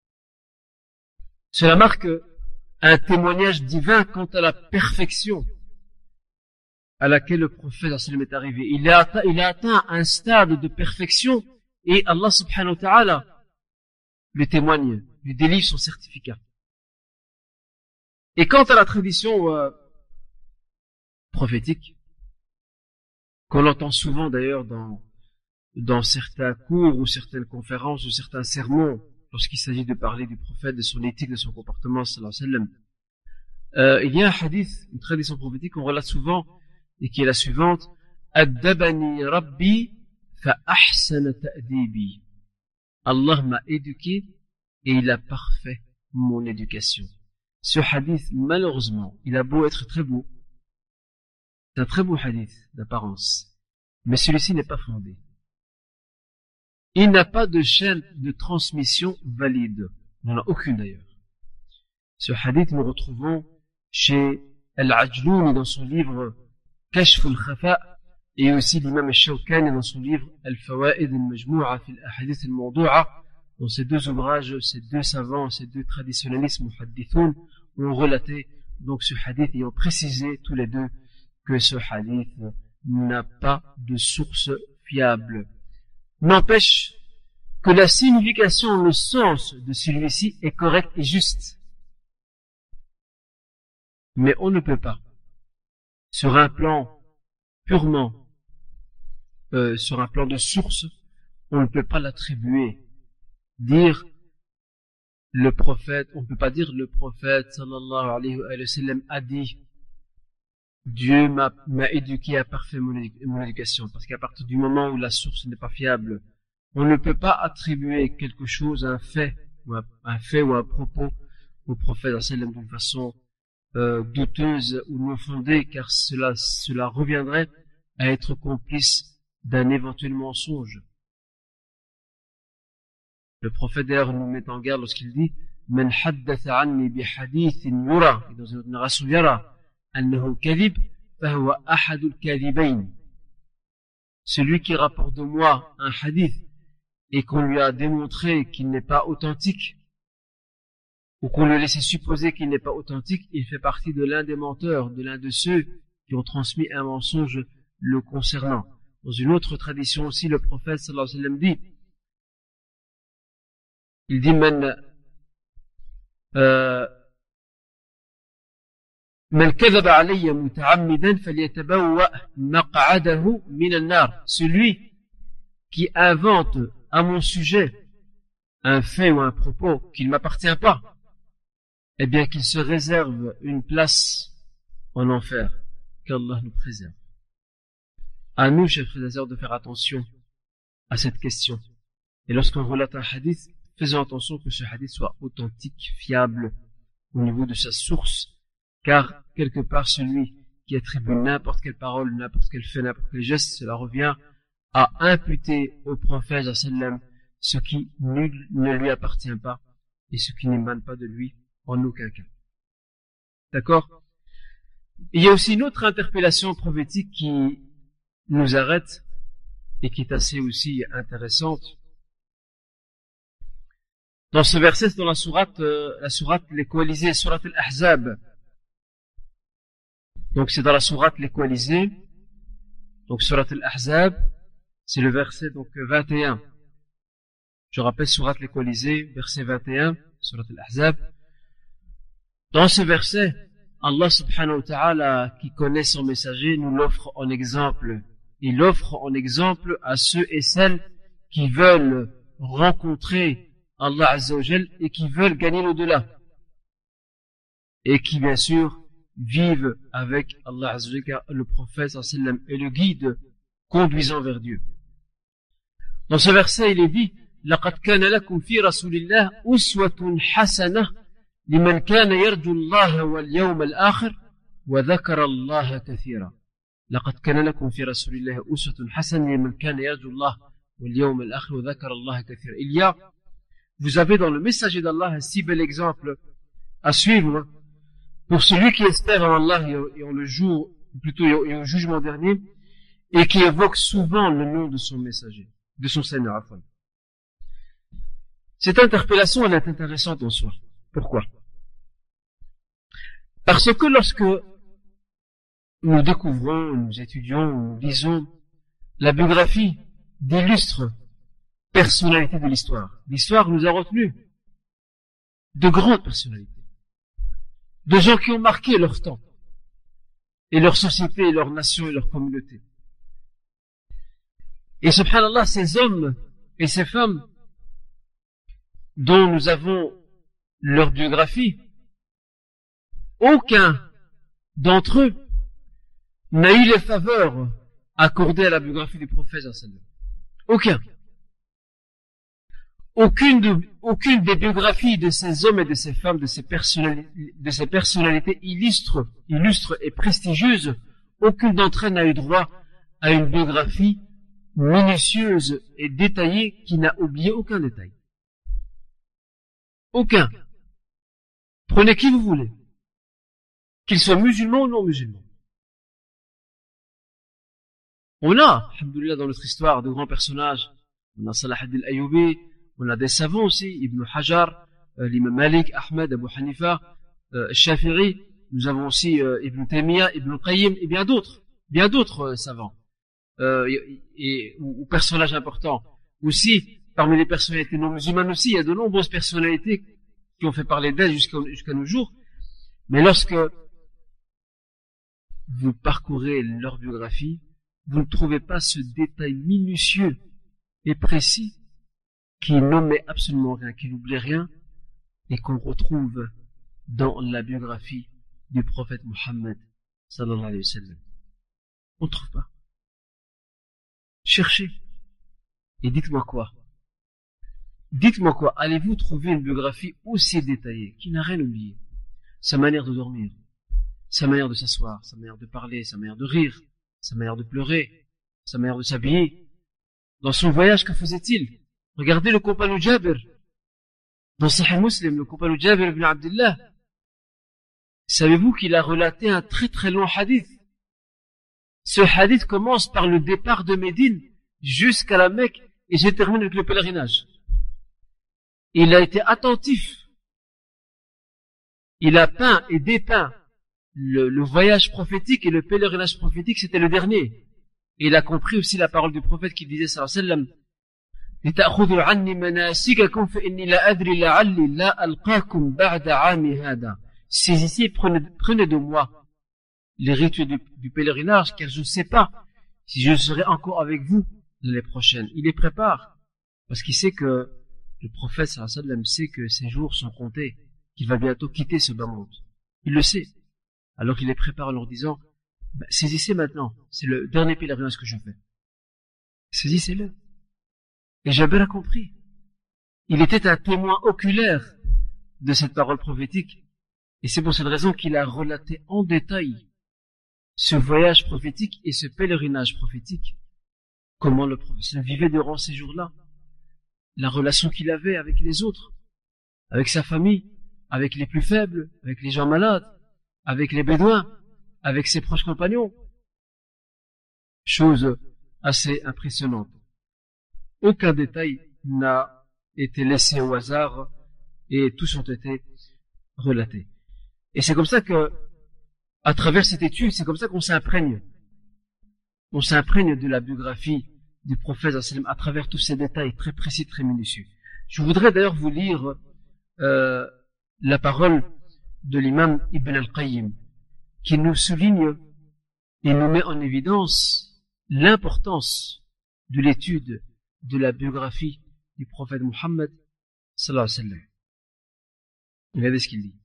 Cela marque un témoignage divin quant à la perfection à laquelle le prophète est arrivé. Il a atteint un stade de perfection et Allah subhanahu wa ta'ala lui témoigne, lui délivre son certificat. Et quant à la tradition prophétique, qu'on entend souvent d'ailleurs dans certains cours ou certaines conférences ou certains sermons, lorsqu'il s'agit de parler du prophète, de son éthique, de son comportement, sallallahu alayhi wa sallam, il y a un hadith, une tradition prophétique qu'on relate souvent, et qui est la suivante. Addabani Rabbi fa ahsana ta'dibi. Allah m'a éduqué et il a parfait mon éducation. Ce hadith, malheureusement, il a beau être très beau. C'est un très beau hadith d'apparence. Mais celui-ci n'est pas fondé. Il n'a pas de chaîne de transmission valide. Il n'en a aucune d'ailleurs. Ce hadith, nous retrouvons chez Al-Ajlouni dans son livre Kashf al-Khafa, et aussi l'imam al-Shawkani dans son livre Al-Fawaid al-Majmou'a fi al-Ahadith al-Mawdu'a. Dans ces deux ouvrages, ces deux savants, ces deux traditionnalistes muhaddithoun ont relaté donc ce hadith et ont précisé tous les deux que ce hadith n'a pas de source fiable. N'empêche que la signification, le sens de celui-ci est correct et juste. Mais on ne peut pas, sur un plan purement, sur un plan de source, on ne peut pas l'attribuer. Dire le prophète, on ne peut pas dire le prophète sallallahu alayhi wa sallam a dit Dieu m'a éduqué à parfait mon éducation, parce qu'à partir du moment où la source n'est pas fiable, on ne peut pas attribuer quelque chose, un fait ou un propos au prophète sallallahu alayhi wa sallam d'une façon douteuse ou non fondée, car cela reviendrait à être complice d'un éventuel mensonge. Le prophète d'ailleurs nous met en garde lorsqu'il dit Man haddatha anni bi hadithin yura, et dans une autre narration yara annahu kadhib fahuwa ahadul kadhibayn. Celui qui rapporte de moi un hadith et qu'on lui a démontré qu'il n'est pas authentique, ou qu'on lui a laissé supposer qu'il n'est pas authentique, il fait partie de l'un des menteurs, de l'un de ceux qui ont transmis un mensonge le concernant. Dans une autre tradition aussi, le prophète sallallahu alayhi wa sallam dit Il dit من كذب علي متعمدا فليتبوأ مقعده من النار. Celui qui invente à mon sujet un fait ou un propos qui ne m'appartient pas, eh bien qu'il se réserve une place en enfer. Qu'Allah nous préserve. À nous, chers frères et sœurs, de faire attention à cette question. Et lorsqu'on relate un hadith, faisons attention que ce hadith soit authentique, fiable au niveau de sa source, car quelque part celui qui attribue n'importe quelle parole, n'importe quel fait, n'importe quel geste, cela revient à imputer au prophète sallam ce qui ne lui appartient pas et ce qui n'émane pas de lui en aucun cas. D'accord? Il y a aussi une autre interpellation prophétique qui nous arrête et qui est assez aussi intéressante. Dans ce verset, c'est dans la sourate les coalisés, sourate al-Ahzab. Donc c'est dans la sourate les coalisés. Donc sourate al-Ahzab, c'est le verset donc 21. Je rappelle sourate les coalisés, verset 21, sourate al-Ahzab. Dans ce verset, Allah subhanahu wa ta'ala, qui connaît son messager, nous l'offre en exemple. Il offre en exemple à ceux et celles qui veulent rencontrer Allah Azza wa Jal et qui veulent gagner l'au-delà. Et qui, bien sûr, vivent avec Allah Azza wa Jal, le prophète sallam est le guide conduisant vers Dieu. Dans ce verset, il est dit, لَقَدْ كَانَ لَكُمْ فِي رَسُولِ اللَّهِ أُسْوَةٌ حَسَنَةٌ لِمَنْ كَانَ يَرْجُو اللَّهَ وَالْيَوْمَ الْآخِرَ وَذَكَرَ اللَّهَ كَثِيرًا. لقد كان لكم في رسول الله أسوة حسنة لمن كان يرجو الله واليوم الآخر وذكر الله كثيرا. Il y a, vous avez dans le messager d'Allah un si bel exemple à suivre pour celui qui espère en Allah et en le jour, plutôt et au jugement dernier, et qui évoque souvent le nom de son messager, de son Seigneur. Cette interpellation, elle est intéressante en soi. Pourquoi? Parce que lorsque nous découvrons, nous étudions, nous lisons la biographie d'illustres personnalités de l'histoire. L'histoire nous a retenu de grandes personnalités, de gens qui ont marqué leur temps, et leur société, et leur nation, et leur communauté. Et subhanallah, ces hommes et ces femmes dont nous avons leur biographie, aucun d'entre eux n'a eu les faveurs accordées à la biographie du prophète sallallahu. Aucun. Aucune des biographies de ces hommes et de ces femmes, de ces personnalités illustres et prestigieuses, aucune d'entre elles n'a eu droit à une biographie minutieuse et détaillée qui n'a oublié aucun détail. Aucun. Prenez qui vous voulez, qu'ils soient musulmans ou non musulmans. On a, alhamdoulilah, dans notre histoire, de grands personnages. On a Salah ad-Din al-Ayyubi, on a des savants aussi, Ibn Hajar, l'imam Malik, Ahmed, Abu Hanifa, Shafi'i. Nous avons aussi Ibn Taymiyyah, Ibn Qayyim et bien d'autres savants ou personnages importants. Aussi, parmi les personnalités non musulmanes aussi, il y a de nombreuses personnalités qui ont fait parler d'elles jusqu'à nos jours. Mais lorsque vous parcourez leur biographie, vous ne trouvez pas ce détail minutieux et précis qui n'omet absolument rien, qui n'oublie rien, et qu'on retrouve dans la biographie du prophète Mohammed sallallahu alayhi wa sallam. On ne trouve pas. Cherchez. Et dites-moi quoi? Dites-moi quoi? Allez-vous trouver une biographie aussi détaillée, qui n'a rien oublié? Sa manière de dormir, sa manière de s'asseoir, sa manière de parler, sa manière de rire, sa manière de pleurer, sa manière de s'habiller. Dans son voyage, que faisait-il? Regardez le compagnon Jabir. Dans Sahih Muslim, le compagnon Jabir ibn Abdullah. Savez-vous qu'il a relaté un très très long hadith? Ce hadith commence par le départ de Médine jusqu'à la Mecque et se termine avec le pèlerinage. Il a été attentif. Il a peint et dépeint le voyage prophétique et le pèlerinage prophétique, c'était le dernier. Et il a compris aussi la parole du prophète qui disait sallallahu alayhi wa sallam, لتأخذوا عني مناسككم فإني لا أدري لعلي لا ألقاكم بعد عامي هذا. Saisissez, prenez de moi les rites du pèlerinage, car je ne sais pas si je serai encore avec vous l'année prochaine. Il les prépare, parce qu'il sait que le prophète sallallahu alayhi wa sallam sait que ses jours sont comptés, qu'il va bientôt quitter ce bas monde. Il le sait. Alors qu'il les prépare en leur disant, saisissez maintenant, c'est le dernier pèlerinage que je fais. Saisissez-le. Et Jabir a compris. Il était un témoin oculaire de cette parole prophétique. Et c'est pour cette raison qu'il a relaté en détail ce voyage prophétique et ce pèlerinage prophétique. Comment le prophète vivait durant ces jours-là. La relation qu'il avait avec les autres, avec sa famille, avec les plus faibles, avec les gens malades, avec les bédouins, avec ses proches compagnons. Chose assez impressionnante. Aucun détail n'a été laissé au hasard et tous ont été relatés. Et c'est comme ça que, à travers cette étude, c'est comme ça qu'on s'imprègne. On s'imprègne de la biographie du prophète à travers tous ces détails très précis, très minutieux. Je voudrais d'ailleurs vous lire la parole de l'imam Ibn al-Qayyim, qui nous souligne et nous met en évidence l'importance de l'étude de la biographie du prophète Muhammad sallallahu alayhi wa sallam. Regardez ce qu'il dit.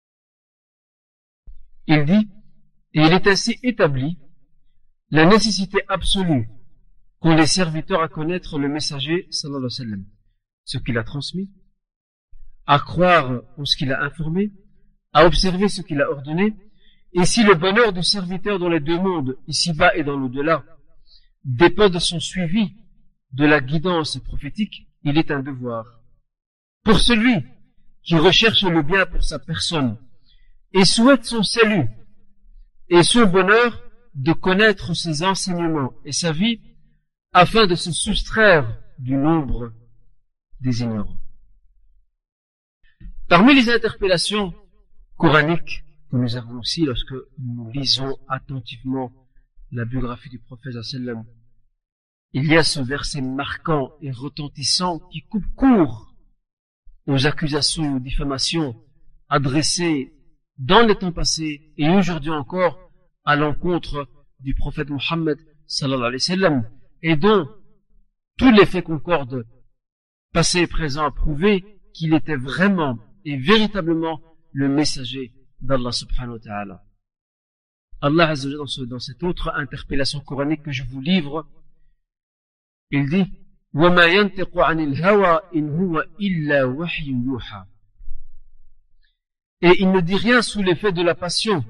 Il dit, et il est ainsi établi la nécessité absolue qu'ont les serviteurs à connaître le messager sallallahu alayhi wa sallam, ce qu'il a transmis, à croire en ce qu'il a informé, à observer ce qu'il a ordonné, et si le bonheur du serviteur dans les deux mondes, ici-bas et dans l'au-delà, dépend de son suivi de la guidance prophétique, il est un devoir. Pour celui qui recherche le bien pour sa personne et souhaite son salut et son bonheur, de connaître ses enseignements et sa vie afin de se soustraire du nombre des ignorants. Parmi les interpellations coraniques que nous avons aussi lorsque nous lisons attentivement la biographie du prophète sallallahu alayhi wa sallam, il y a ce verset marquant et retentissant qui coupe court aux accusations et aux diffamations adressées dans les temps passés et aujourd'hui encore à l'encontre du prophète Muhammad sallallahu alayhi wa sallam, et dont tous les faits concordent, passé et présent, à prouver qu'il était vraiment et véritablement le messager d'Allah subhanahu wa ta'ala. Allah azza wa jalla, dans cette autre interpellation coranique que je vous livre, il dit وَمَا يَنْتِقُ عَنِ الْهَوَى إِنْ هُوَ إِلَّا وَحْيٌ يُوحَى. Et il ne dit rien sous l'effet de la passion.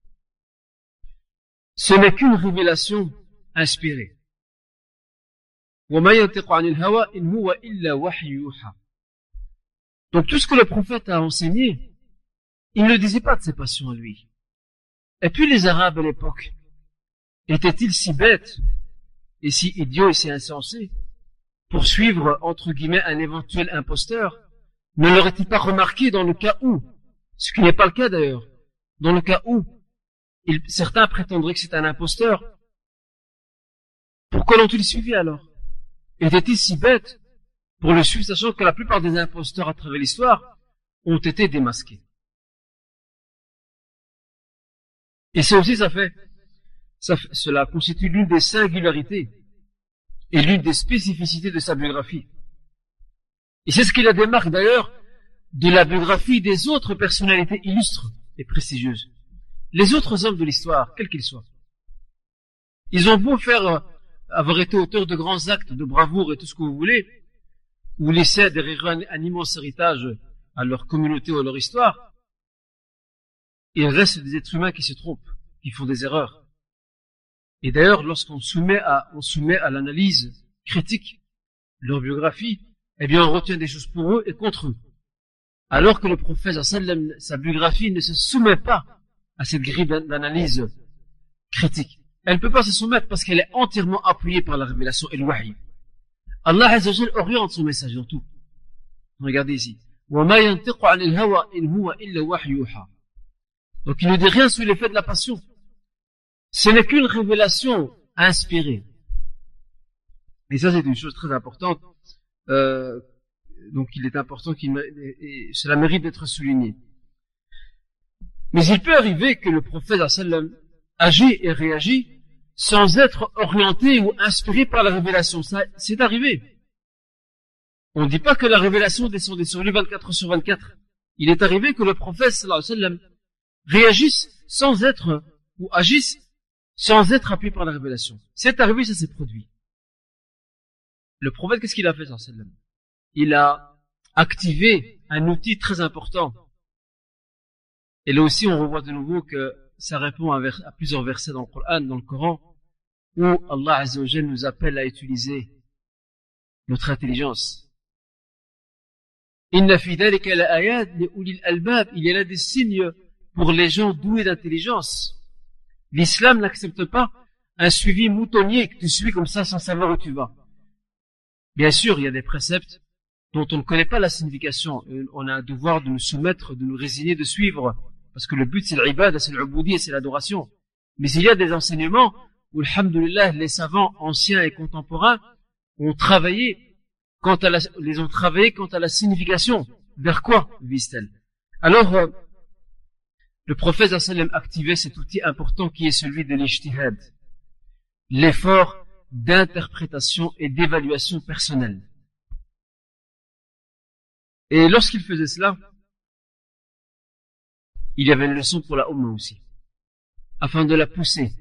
Ce n'est qu'une révélation inspirée. وَمَا يَنْتِقُ عَنِ الْهَوَى إِنْ هُوَ إِلَّا وَحْيٌ يُوحَى. Donc tout ce que le prophète a enseigné, il ne disait pas de ses passions à lui. Et puis les Arabes à l'époque, étaient-ils si bêtes et si idiots et si insensés pour suivre, entre guillemets, un éventuel imposteur? Ne l'aurait-il pas remarqué dans le cas où, ce qui n'est pas le cas d'ailleurs, dans le cas où certains prétendraient que c'est un imposteur, pourquoi l'ont-ils suivi alors? Étaient-ils si bêtes pour le suivre, sachant que la plupart des imposteurs à travers l'histoire ont été démasqués? Et ça aussi, cela constitue l'une des singularités et l'une des spécificités de sa biographie. Et c'est ce qui la démarque d'ailleurs de la biographie des autres personnalités illustres et prestigieuses. Les autres hommes de l'histoire, quels qu'ils soient. Ils ont beau avoir été auteurs de grands actes de bravoure et tout ce que vous voulez, ou laisser derrière un immense héritage à leur communauté ou à leur histoire, il reste des êtres humains qui se trompent, qui font des erreurs. Et d'ailleurs, lorsqu'on soumet à l'analyse critique leur biographie, eh bien, on retient des choses pour eux et contre eux. Alors que le prophète, sa biographie ne se soumet pas à cette grille d'analyse critique. Elle ne peut pas se soumettre parce qu'elle est entièrement appuyée par la révélation et le wahy. Allah Azza wa Jalla oriente son message dans tout. Regardez ici. وَمَا يَنْتِقُ عَنِ الْهَوَى إِنْ هُوَ إِلَّا وَحْيٌ يُوحَى. Donc il ne dit rien sous l'effet de la passion. Ce n'est qu'une révélation inspirée. Et ça c'est une chose très importante Donc il est important et cela mérite d'être souligné. Mais il peut arriver que le prophète sallam agit et réagit sans être orienté ou inspiré par la révélation. Ça, c'est arrivé. On ne dit pas que la révélation descendait sur lui 24/24. Il est arrivé que le prophète sallam réagisse sans être ou agisse sans être appuyé par la révélation. C'est arrivé, ça s'est produit. Le prophète, qu'est-ce qu'il a fait sallam? Il a activé un outil très important. Et là aussi, on revoit de nouveau que ça répond à plusieurs versets dans le Coran, où Allah Azza wa Jalla nous appelle à utiliser notre intelligence. Inna fi dhalika la ayat li ulil albab. Il y a là des signes pour les gens doués d'intelligence. L'islam n'accepte pas un suivi moutonnier que tu suis comme ça sans savoir où tu vas. Bien sûr, il y a des préceptes dont on ne connaît pas la signification. On a un devoir de nous soumettre, de nous résigner, de suivre. Parce que le but, c'est l'ibad, c'est l'uboudi, c'est l'adoration. Mais il y a des enseignements où, alhamdoulilah, les savants anciens et contemporains ont travaillé quant à la signification. Vers quoi vise-t-elle? Alors, le prophète sallam activait cet outil important qui est celui de l'ijtihad. L'effort d'interprétation et d'évaluation personnelle. Et lorsqu'il faisait cela, il y avait une leçon pour la Ummah aussi, afin de la pousser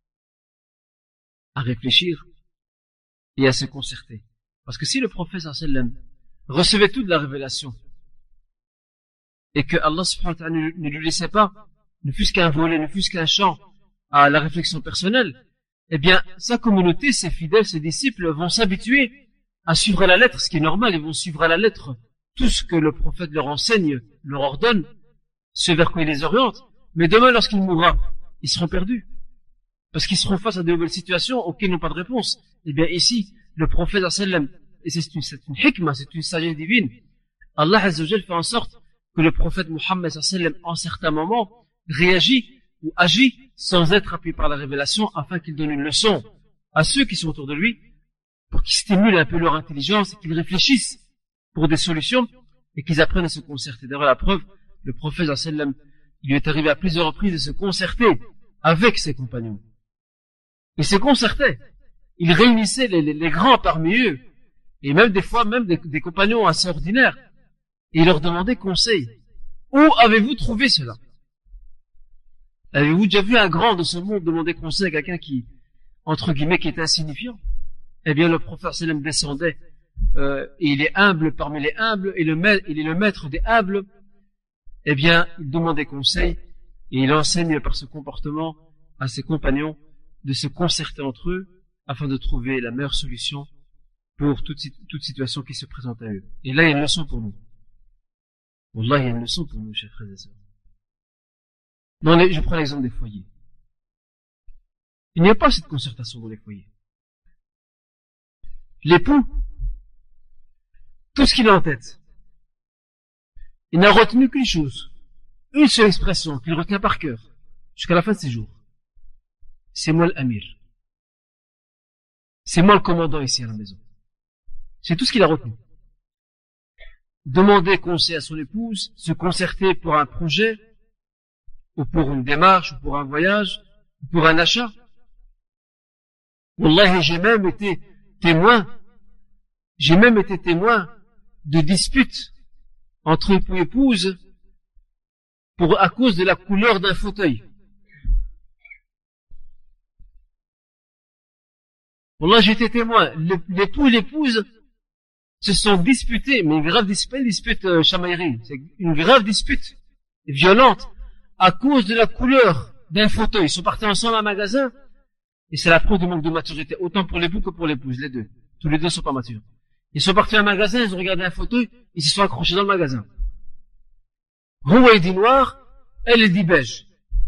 à réfléchir et à se concerter. Parce que si le prophète sallam recevait toute la révélation et que Allah subhanahu wa ta'ala ne lui laissait pas, ne fût-ce qu'un volet, ne fût-ce qu'un champ à la réflexion personnelle, eh bien, sa communauté, ses fidèles, ses disciples vont s'habituer à suivre à la lettre, ce qui est normal, ils vont suivre à la lettre tout ce que le prophète leur enseigne, leur ordonne, ce vers quoi il les oriente. Mais demain, lorsqu'il mourra, ils seront perdus. Parce qu'ils seront face à de nouvelles situations auxquelles ils n'ont pas de réponse. Eh bien, ici, le prophète sallam, et c'est une hikmah, c'est une sagesse divine. Allah Azza wa Jalla fait en sorte que le prophète Muhammad sallam, en certains moments, réagit ou agit sans être appuyé par la révélation afin qu'il donne une leçon à ceux qui sont autour de lui pour qu'ils stimulent un peu leur intelligence et qu'ils réfléchissent pour des solutions et qu'ils apprennent à se concerter. D'ailleurs, la preuve, le prophète sallam, il lui est arrivé à plusieurs reprises de se concerter avec ses compagnons. Il se concertait. Il réunissait les grands parmi eux et même des fois même des compagnons assez ordinaires et il leur demandait conseil. Où avez-vous trouvé cela? Avez-vous déjà vu un grand de ce monde demander conseil à quelqu'un qui, entre guillemets, qui est insignifiant? Eh bien, le prophète sallam descendait, et il est humble parmi les humbles, et il est le maître des humbles. Eh bien, il demandait conseil, et il enseigne par ce comportement à ses compagnons de se concerter entre eux, afin de trouver la meilleure solution pour toute situation qui se présente à eux. Et là, il y a une leçon pour nous. Wallah, il y a une leçon pour nous, chers frères et sœurs. Non, je prends l'exemple des foyers. Il n'y a pas cette concertation dans les foyers. L'époux, tout ce qu'il a en tête, il n'a retenu qu'une chose, une seule expression qu'il retient par cœur, jusqu'à la fin de ses jours. C'est moi l'amir. C'est moi le commandant ici à la maison. C'est tout ce qu'il a retenu. Demander conseil à son épouse, se concerter pour un projet, ou pour une démarche, ou pour un voyage, ou pour un achat. Wallahi, j'ai même été témoin de disputes entre époux et épouse à cause de la couleur d'un fauteuil. Wallah, j'ai été témoin. L'époux et l'épouse se sont disputés, mais une grave dispute chamaillerie. C'est une grave dispute violente à cause de la couleur d'un fauteuil. Ils sont partis ensemble à un magasin et c'est la preuve du manque de maturité, autant pour l'époux que pour l'épouse, les deux. Tous les deux sont pas matures. Ils sont partis à un magasin, ils ont regardé un fauteuil, ils se sont accrochés dans le magasin. Roué dit noir, elle dit beige.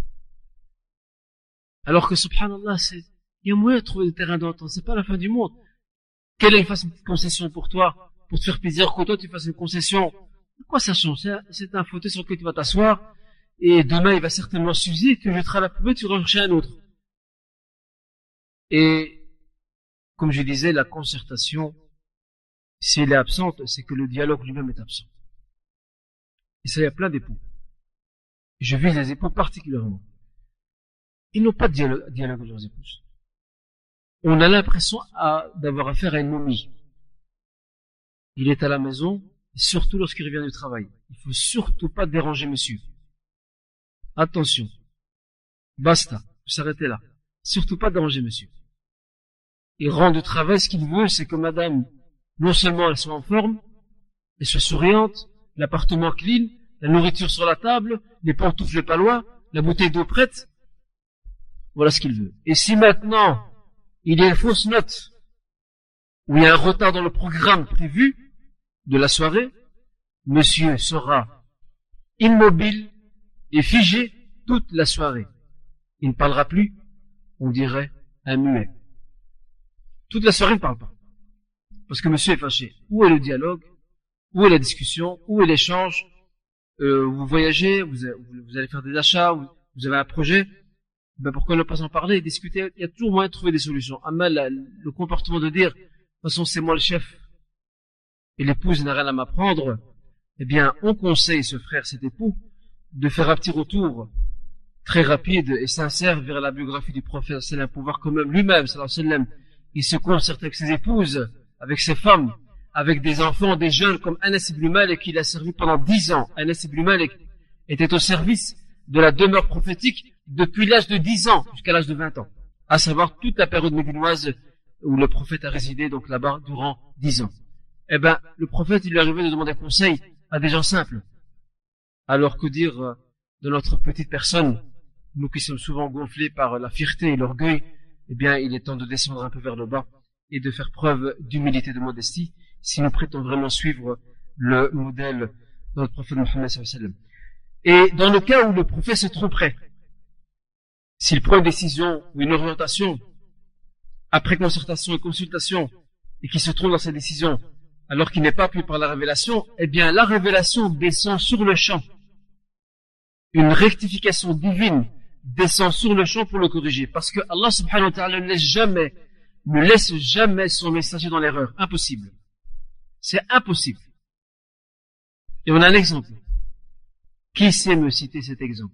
Alors que subhanallah, il y a moyen de trouver des terrains d'entente, c'est pas la fin du monde. Qu'elle fasse une petite concession pour toi, pour te faire plaisir, que toi tu fasses une concession. Quoi ça change? C'est un fauteuil sur lequel tu vas t'asseoir, et demain il va certainement s'user, tu jetteras la poubelle, tu recherches un autre. Et, comme je disais, la concertation Si elle est absente, c'est que le dialogue lui-même est absent. Et ça, il y a plein d'époux. Je vise les époux particulièrement. Ils n'ont pas de dialogue avec leurs épouses. On a l'impression d'avoir affaire à une momie. Il est à la maison, et surtout lorsqu'il revient du travail. Il faut surtout pas déranger monsieur. Attention. Basta. Vous s'arrêtez là. Surtout pas déranger monsieur. Il rentre du travail, ce qu'il veut, c'est que madame, non seulement elle soit en forme, elle soit souriante, l'appartement clean, la nourriture sur la table, les pantoufles pas loin, la bouteille d'eau prête. Voilà ce qu'il veut. Et si maintenant, il y a une fausse note, où il y a un retard dans le programme prévu de la soirée, monsieur sera immobile et figé toute la soirée. Il ne parlera plus, on dirait un muet. Toute la soirée, il ne parle pas. Parce que monsieur est fâché. Où est le dialogue? Où est la discussion? Où est l'échange? Vous voyagez, vous allez faire des achats, vous avez un projet. Ben pourquoi ne pas en parler et discuter? Il y a toujours moyen de trouver des solutions. Le comportement de dire, de toute façon c'est moi le chef et l'épouse n'a rien à m'apprendre, eh bien on conseille ce frère, cet époux, de faire un petit retour très rapide et sincère vers la biographie du prophète sallallahu pour voir quand même lui-même, sallallahu alayhi wa sallam, il se concerte avec ses épouses, avec ses femmes, avec des enfants, des jeunes comme Anas ibn Malik qu'il a servi pendant 10 ans. Anas ibn Malik était au service de la demeure prophétique depuis l'âge de 10 ans jusqu'à l'âge de 20 ans, à savoir toute la période médinoise où le prophète a résidé donc là-bas durant 10 ans. Eh ben, le prophète, il lui arrivait de demander conseil à des gens simples. Alors que dire de notre petite personne, nous qui sommes souvent gonflés par la fierté et l'orgueil, eh bien, il est temps de descendre un peu vers le bas et de faire preuve d'humilité et de modestie si nous prétendons vraiment suivre le modèle de notre prophète Mohammed sallallahu alayhi wa sallam. Et dans le cas où le prophète se tromperait, s'il prend une décision ou une orientation après concertation et consultation et qu'il se trompe dans sa décision alors qu'il n'est pas appuyé par la révélation, eh bien la révélation descend sur le champ. Une rectification divine descend sur le champ pour le corriger. Parce que Allah subhanahu wa ta'ala ne laisse jamais son messager dans l'erreur. Impossible. C'est impossible. Et on a un exemple. Qui sait me citer cet exemple?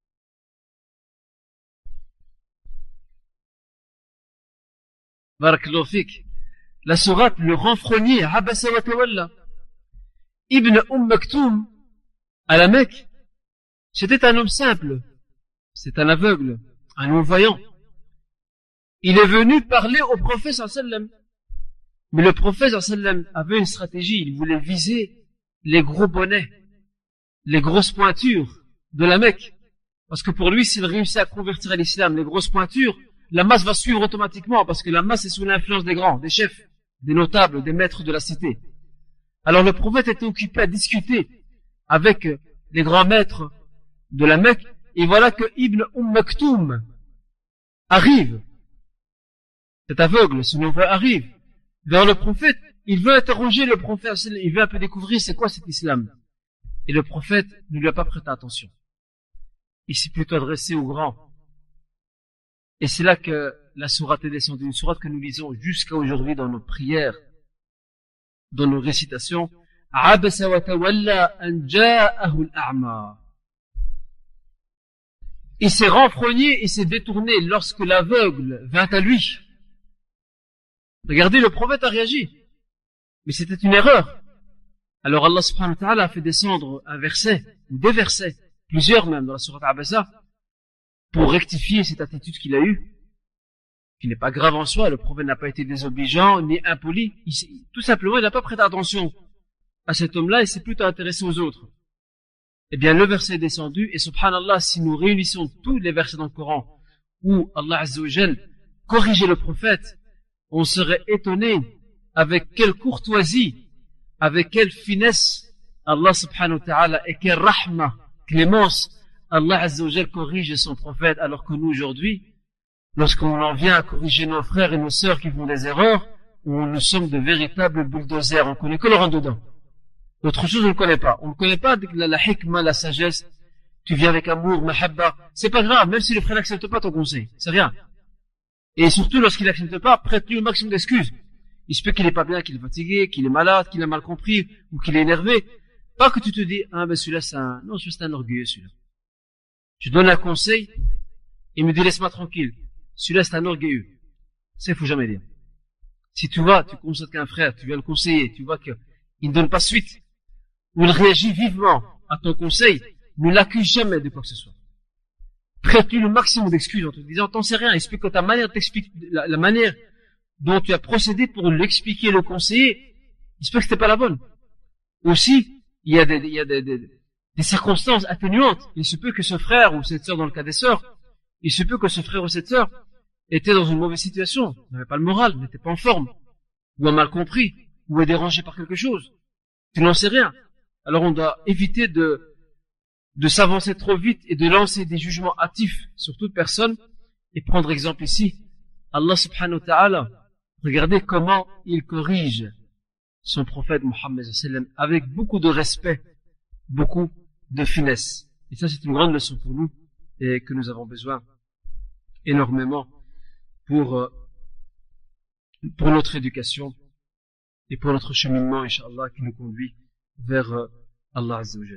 Barakallahu fik. La sourate le renfrogné, Abasa wa Tawalla. Ibn Maktoum, à la Mecque, c'était un homme simple. C'est un aveugle, un non-voyant. Il est venu parler au prophète sallallahu alayhi wa sallam. Mais le prophète sallallahu alayhi wa sallam avait une stratégie. Il voulait viser les gros bonnets, les grosses pointures de la Mecque. Parce que pour lui, s'il réussit à convertir à l'islam les grosses pointures, la masse va suivre automatiquement, parce que la masse est sous l'influence des grands, des chefs, des notables, des maîtres de la cité. Alors le prophète était occupé à discuter avec les grands maîtres de la Mecque, et voilà que Ibn Maktoum arrive. Cet aveugle, ce non-voyant arrive vers le prophète. Il veut interroger le prophète, il veut un peu découvrir c'est quoi cet islam. Et le prophète ne lui a pas prêté attention. Il s'est plutôt adressé aux grands. Et c'est là que la sourate est descendue, une sourate que nous lisons jusqu'à aujourd'hui dans nos prières, dans nos récitations. Abasa wa tawalla an ja'ahu al-a'ma. Il s'est renfrogné, il s'est détourné lorsque l'aveugle vint à lui. Regardez, le prophète a réagi. Mais c'était une erreur. Alors Allah subhanahu wa ta'ala a fait descendre un verset, ou des versets, plusieurs même dans la sourate Abasa, pour rectifier cette attitude qu'il a eue, qui n'est pas grave en soi. Le prophète n'a pas été désobligeant, ni impoli. Tout simplement, il n'a pas prêté attention à cet homme-là et s'est plutôt intéressé aux autres. Eh bien, le verset est descendu, et subhanallah, si nous réunissons tous les versets dans le Coran où Allah Azza wa Jal corrigeait le prophète, on serait étonné avec quelle courtoisie, avec quelle finesse Allah subhanahu wa ta'ala et quelle rahma, clémence, Allah Azza wa Jal corrige son prophète, alors que nous aujourd'hui, lorsqu'on en vient à corriger nos frères et nos sœurs qui font des erreurs, nous sommes de véritables bulldozers, on connaît que le rentre dedans. Autre chose, on ne connaît pas. On ne connaît pas la hikmah, la sagesse. Tu viens avec amour, mahabba. C'est pas grave, même si le frère n'accepte pas ton conseil. C'est rien. Et surtout, lorsqu'il n'accepte pas, prête-lui au maximum d'excuses. Il se peut qu'il est pas bien, qu'il est fatigué, qu'il est malade, qu'il a mal compris, ou qu'il est énervé. Pas que tu te dis, ah ben celui-là c'est un orgueilleux celui-là. Tu donnes un conseil, il me dit laisse-moi tranquille. Celui-là c'est un orgueilleux. Ça il faut jamais dire. Si tu constates qu'un frère, tu viens le conseiller, tu vois qu'il ne donne pas suite, ou il réagit vivement à ton conseil, ne l'accuse jamais de quoi que ce soit. Prête-lui le maximum d'excuses en te disant, t'en sais rien, explique que ta manière t'explique, la manière dont tu as procédé pour l'expliquer, le conseiller, il se peut que c'était pas la bonne. Aussi, il y a des circonstances atténuantes. Il se peut que ce frère ou cette sœur, dans le cas des sœurs, il se peut que ce frère ou cette sœur était dans une mauvaise situation, n'avait pas le moral, n'était pas en forme, ou a mal compris, ou est dérangé par quelque chose. Tu n'en sais rien. Alors on doit éviter de s'avancer trop vite et de lancer des jugements hâtifs sur toute personne et prendre exemple ici. Allah subhanahu wa ta'ala, regardez comment il corrige son prophète Mohammed sallam avec beaucoup de respect, beaucoup de finesse. Et ça c'est une grande leçon pour nous et que nous avons besoin énormément pour notre éducation et pour notre cheminement, Inch'Allah, qui nous conduit vers Allah Azza wa Jalla.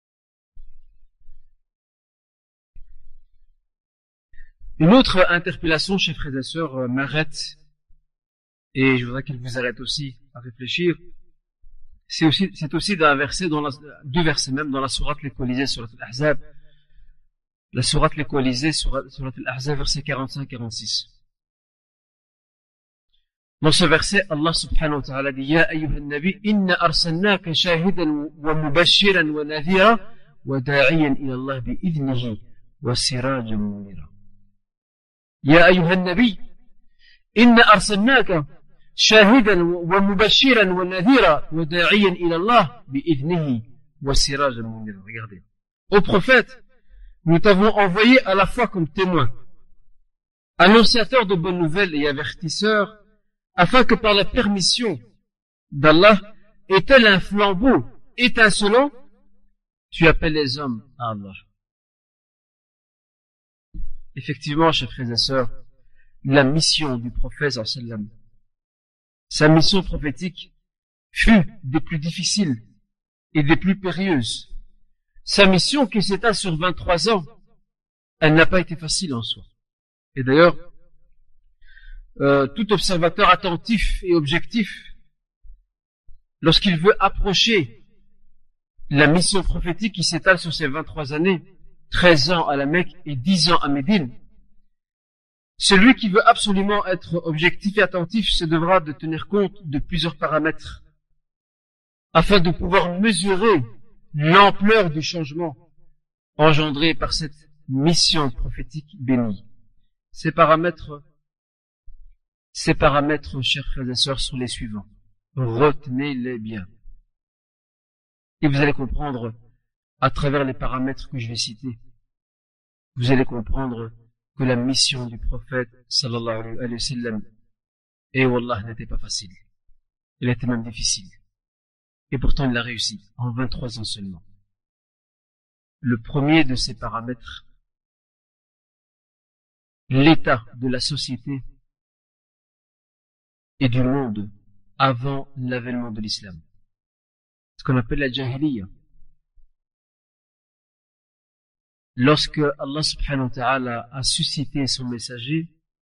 Une autre interpellation, chers frères et sœurs, m'arrête, et je voudrais qu'il vous arrête aussi à réfléchir. C'est aussi d'un verset, deux versets même, dans la sourate l'équalisée, sourate Al-Ahzab. La sourate l'équalisée, sourate Al-Ahzab, verset 45-46. Dans ce verset, Allah subhanahu wa ta'ala dit, Ya ayyuhan nabi, inna arsalnaka shahidan wa mubashiran wa nadhira wa da'iyan ila Allah bi'idnihi wa sirajan munira. يا أيها النبي إن أرسلناك شاهدا ومبشرا ونذيرا وداعيا إلى الله بإذنه وسراجا منيرا. Regardez. Ô prophète, nous t'avons envoyé à la fois comme témoin, annonciateur de bonnes nouvelles et avertisseur, afin que par la permission d'Allah et tel un flambeau étincelant, tu appelles les hommes à Allah. Effectivement, chers frères et sœurs, la mission du prophète sallam, sa mission prophétique fut des plus difficiles et des plus périlleuses. Sa mission qui s'étale sur 23 ans, elle n'a pas été facile en soi. Et d'ailleurs, tout observateur attentif et objectif, lorsqu'il veut approcher la mission prophétique qui s'étale sur ces 23 années, 13 ans à la Mecque et 10 ans à Médine. Celui qui veut absolument être objectif et attentif se devra de tenir compte de plusieurs paramètres afin de pouvoir mesurer l'ampleur du changement engendré par cette mission prophétique bénie. Ces paramètres, chers frères et sœurs, sont les suivants. Retenez-les bien. Et vous allez comprendre à travers les paramètres que je vais citer, vous allez comprendre que la mission du prophète, sallallahu alayhi wa sallam, wallah, n'était pas facile. Elle était même difficile. Et pourtant, il l'a réussi, en 23 ans seulement. Le premier de ces paramètres, l'état de la société et du monde avant l'avènement de l'islam. Ce qu'on appelle la jahiliya. Lorsque Allah subhanahu wa ta'ala a suscité son messager,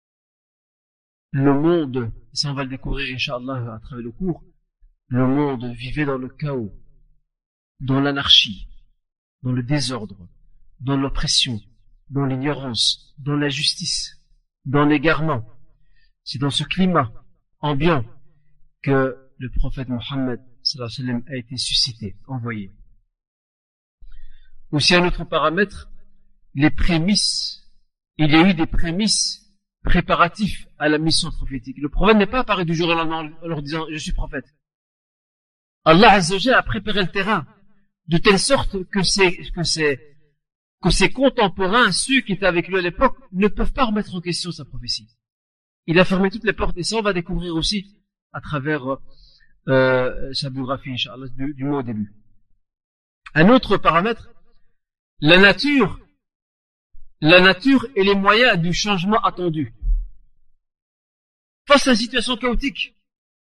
le monde, et ça on va le découvrir incha'Allah à travers le cours, le monde vivait dans le chaos, dans l'anarchie, dans le désordre, dans l'oppression, dans l'ignorance, dans l'injustice, dans l'égarement. C'est dans ce climat ambiant que le prophète Mohammed sallallahu alayhi wa sallam a été suscité, envoyé. Aussi un autre paramètre, les prémices. Il y a eu des prémices préparatifs à la mission prophétique. Le prophète n'est pas apparu du jour au lendemain en leur disant « Je suis prophète ». Allah Azza wa Jalla a préparé le terrain de telle sorte que ses contemporains, ceux qui étaient avec lui à l'époque, ne peuvent pas remettre en question sa prophétie. Il a fermé toutes les portes et ça on va découvrir aussi à travers sa biographie, Inch'Allah, du mot au début. Un autre paramètre, la nature et les moyens du changement attendu. Face à une situation chaotique,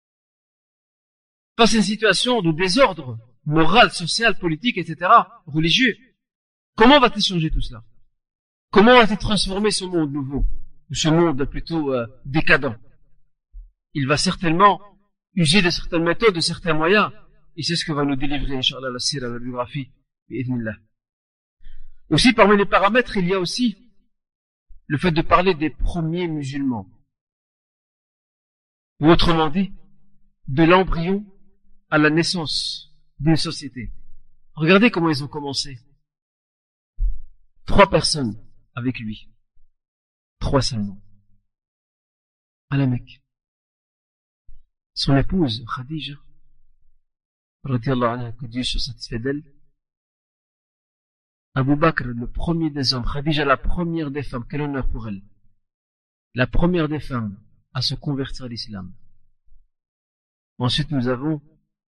face à une situation de désordre moral, social, politique, etc., religieux, comment va-t-il changer tout cela? Comment va-t-il transformer ce monde nouveau, ou ce monde plutôt décadent? Il va certainement user de certaines méthodes, de certains moyens, et c'est ce que va nous délivrer, Inch'Allah, la sira, la biographie, bi'idhnillah. Aussi, parmi les paramètres, il y a aussi le fait de parler des premiers musulmans. Ou autrement dit, de l'embryon à la naissance d'une société. Regardez comment ils ont commencé. 3 personnes avec lui. 3 seulement. À la Mecque. Son épouse, Khadija, radiyallahu anha, que Dieu se satisfait d'elle. Abu Bakr, le premier des hommes. Khadija, la première des femmes. Quel honneur pour elle. La première des femmes à se convertir à l'islam. Ensuite, nous avons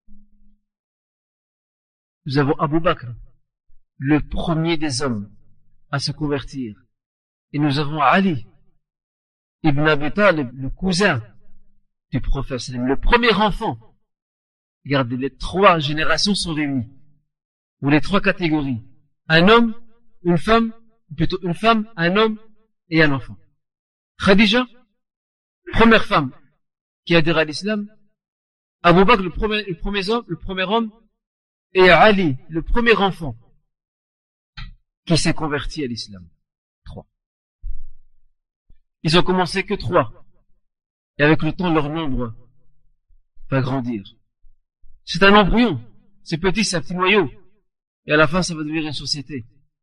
Abu Bakr, le premier des hommes à se convertir. Et nous avons Ali, Ibn Abi Talib, le cousin du prophète, le premier enfant. Regardez, les 3 générations sont réunies. Ou les 3 catégories. Un homme, une femme, plutôt une femme, un homme et un enfant. Khadija, première femme qui adhère à l'islam. Abu Bakr, le premier homme, et Ali, le premier enfant qui s'est converti à l'islam. 3. Ils ont commencé que 3. Et avec le temps, leur nombre va grandir. C'est un embryon. C'est petit, c'est un petit noyau. Et à la fin, ça va devenir une société.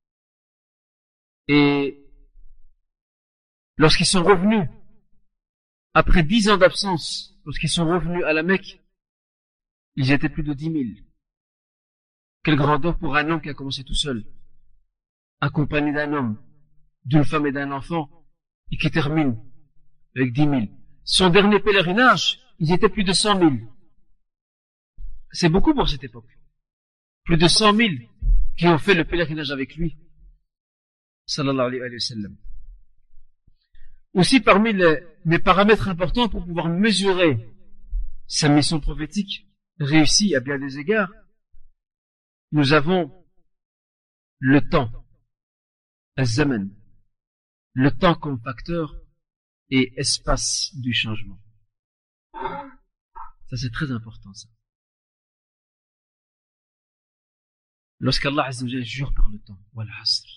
Et lorsqu'ils sont revenus, après 10 ans d'absence, lorsqu'ils sont revenus à la Mecque, ils étaient plus de 10 000. Quelle grandeur pour un homme qui a commencé tout seul, accompagné d'un homme, d'une femme et d'un enfant, et qui termine avec 10 000. Son dernier pèlerinage, ils étaient plus de 100 000. C'est beaucoup pour cette époque. Plus de 100 000 qui ont fait le pèlerinage avec lui. Sallallahu alayhi wa sallam. Aussi parmi les paramètres importants pour pouvoir mesurer sa mission prophétique réussie à bien des égards, nous avons le temps, az-zaman, le temps comme facteur et espace du changement. Ça c'est très important ça. Lorsqu'Allah Azza wa Jalla jure par le temps, wal asr.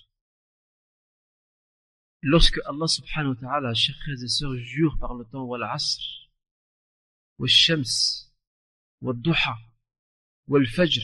Lorsque Allah subhanahu wa ta'ala, chers frères et sœurs, jure par le temps, wal asr, wal shams, wal duha, wal fajr,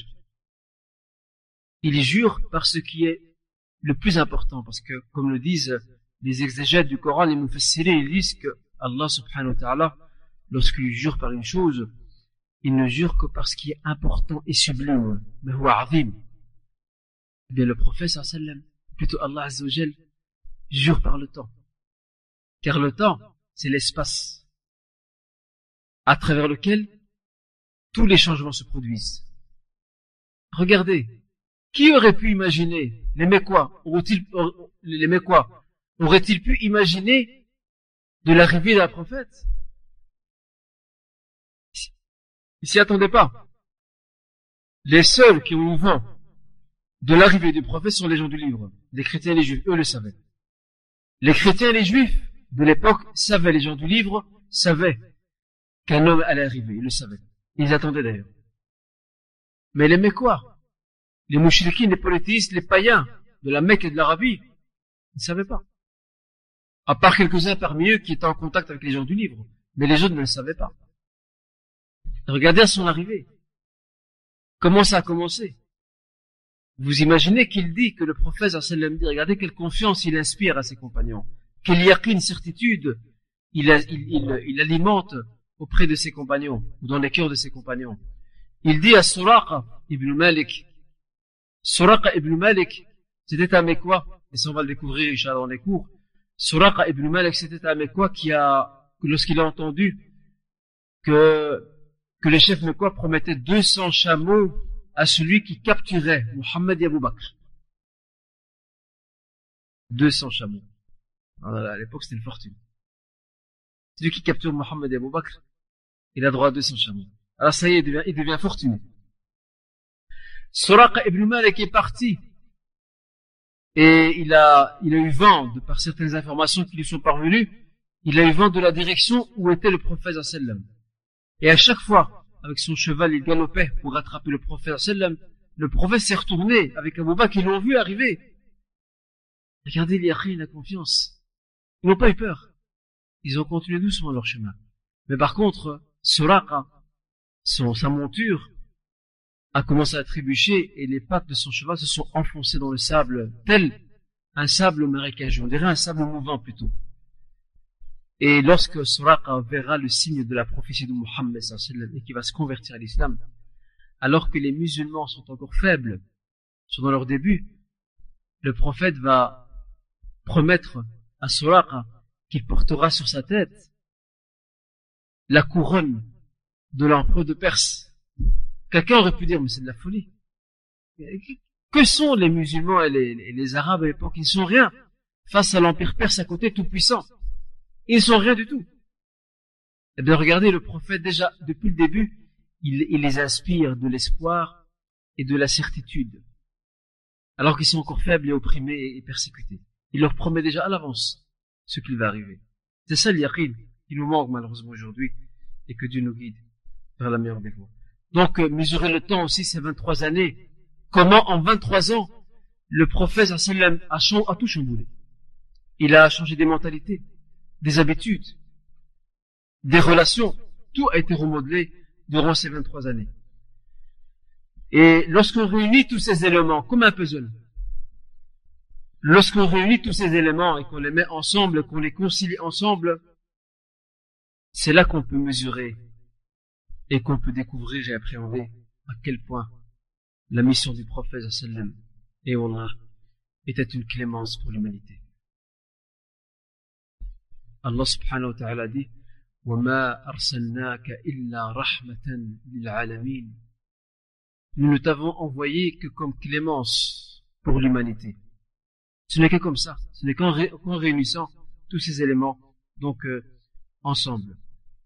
il jure par ce qui est le plus important, parce que, comme le disent les exégètes du Coran, les mufassirin, ils disent que Allah subhanahu wa ta'ala, lorsqu'il jure par une chose, il ne jure que par ce qui est important et sublime, mais huwa azim. Eh bien, le prophète sallallahu alayhi wa sallam, plutôt Allah azza wa jal, jure par le temps. Car le temps, c'est l'espace à travers lequel tous les changements se produisent. Regardez, qui aurait pu imaginer, les Mécois auraient-ils pu imaginer de l'arrivée d'un prophète? Ils s'y attendaient pas. Les seuls qui ont eu vent de l'arrivée du prophète sont les gens du livre, les chrétiens et les juifs, eux le savaient. Les chrétiens et les juifs de l'époque savaient, les gens du livre savaient qu'un homme allait arriver, ils le savaient. Ils attendaient d'ailleurs. Mais les Mécois, les mouchriquines, les polythéistes, les païens de la Mecque et de l'Arabie, ils ne savaient pas. À part quelques-uns parmi eux qui étaient en contact avec les gens du livre. Mais les autres ne le savaient pas. Regardez à son arrivée. Comment ça a commencé? Vous imaginez qu'il dit que le prophète sallallahu alayhi wa sallam dit, regardez quelle confiance il inspire à ses compagnons. Quelle yaqin, certitude il alimente auprès de ses compagnons, ou dans les cœurs de ses compagnons. Il dit à Suraqa ibn Malik, c'était un Mécois, et ça on va le découvrir, Inch'Allah, dans les cours. Suraqa ibn Malik, c'était un Mécois lorsqu'il a entendu que les chefs Mécois promettaient 200 chameaux à celui qui capturait Mohammed et Abu Bakr. 200 chameaux. Alors, à l'époque, c'était une fortune. Celui qui capture Mohammed et Abu Bakr, il a droit à 200 chameaux. Alors ça y est, il devient fortuné. Suraqa ibn Malik est parti et il a eu vent, de par certaines informations qui lui sont parvenues, il a eu vent de la direction où était le prophète sallam. Et à chaque fois, avec son cheval, il galopait pour rattraper le prophète sallam. Le prophète s'est retourné avec Abu Bakr, ils l'ont vu arriver. Regardez les yaqin, la confiance. Ils n'ont pas eu peur. Ils ont continué doucement leur chemin. Mais par contre, Suraqa, sa monture, a commencé à trébucher et les pattes de son cheval se sont enfoncées dans le sable, tel un sable marécageux, on dirait un sable mouvant plutôt. Et lorsque Suraqa verra le signe de la prophétie de Muhammad et qui va se convertir à l'islam, alors que les musulmans sont encore faibles, sont dans leur début, le prophète va promettre à Suraqa qu'il portera sur sa tête la couronne de l'empereur de Perse. Quelqu'un aurait pu dire, mais c'est de la folie. Que sont les musulmans et les arabes à l'époque? Ils ne sont rien face à l'empire perse à côté tout puissant. Ils ne sont rien du tout. Eh bien, regardez, le prophète, déjà, depuis le début, il les inspire de l'espoir et de la certitude. Alors qu'ils sont encore faibles et opprimés et persécutés. Il leur promet déjà à l'avance ce qu'il va arriver. C'est ça l'yaqin qui nous manque malheureusement aujourd'hui et que Dieu nous guide vers la meilleure des voies. Donc, mesurer le temps aussi, c'est 23 années. Comment, en 23 ans, le prophète a tout chamboulé. Il a changé des mentalités, des habitudes, des relations. Tout a été remodelé durant ces 23 années. Et lorsqu'on réunit tous ces éléments, comme un puzzle, lorsqu'on réunit tous ces éléments et qu'on les met ensemble, qu'on les concilie ensemble, c'est là qu'on peut mesurer et qu'on peut découvrir et appréhender à quel point la mission du prophète sallam et Allah était une clémence pour l'humanité. Allah subhanahu wa ta'ala dit وَمَا أَرْسَلْنَاكَ إِلَّا رَحْمَةً لِلْعَالَمِينَ. Nous ne t'avons envoyé que comme clémence pour l'humanité. Ce n'est que comme ça, ce n'est qu'en réunissant tous ces éléments donc ensemble.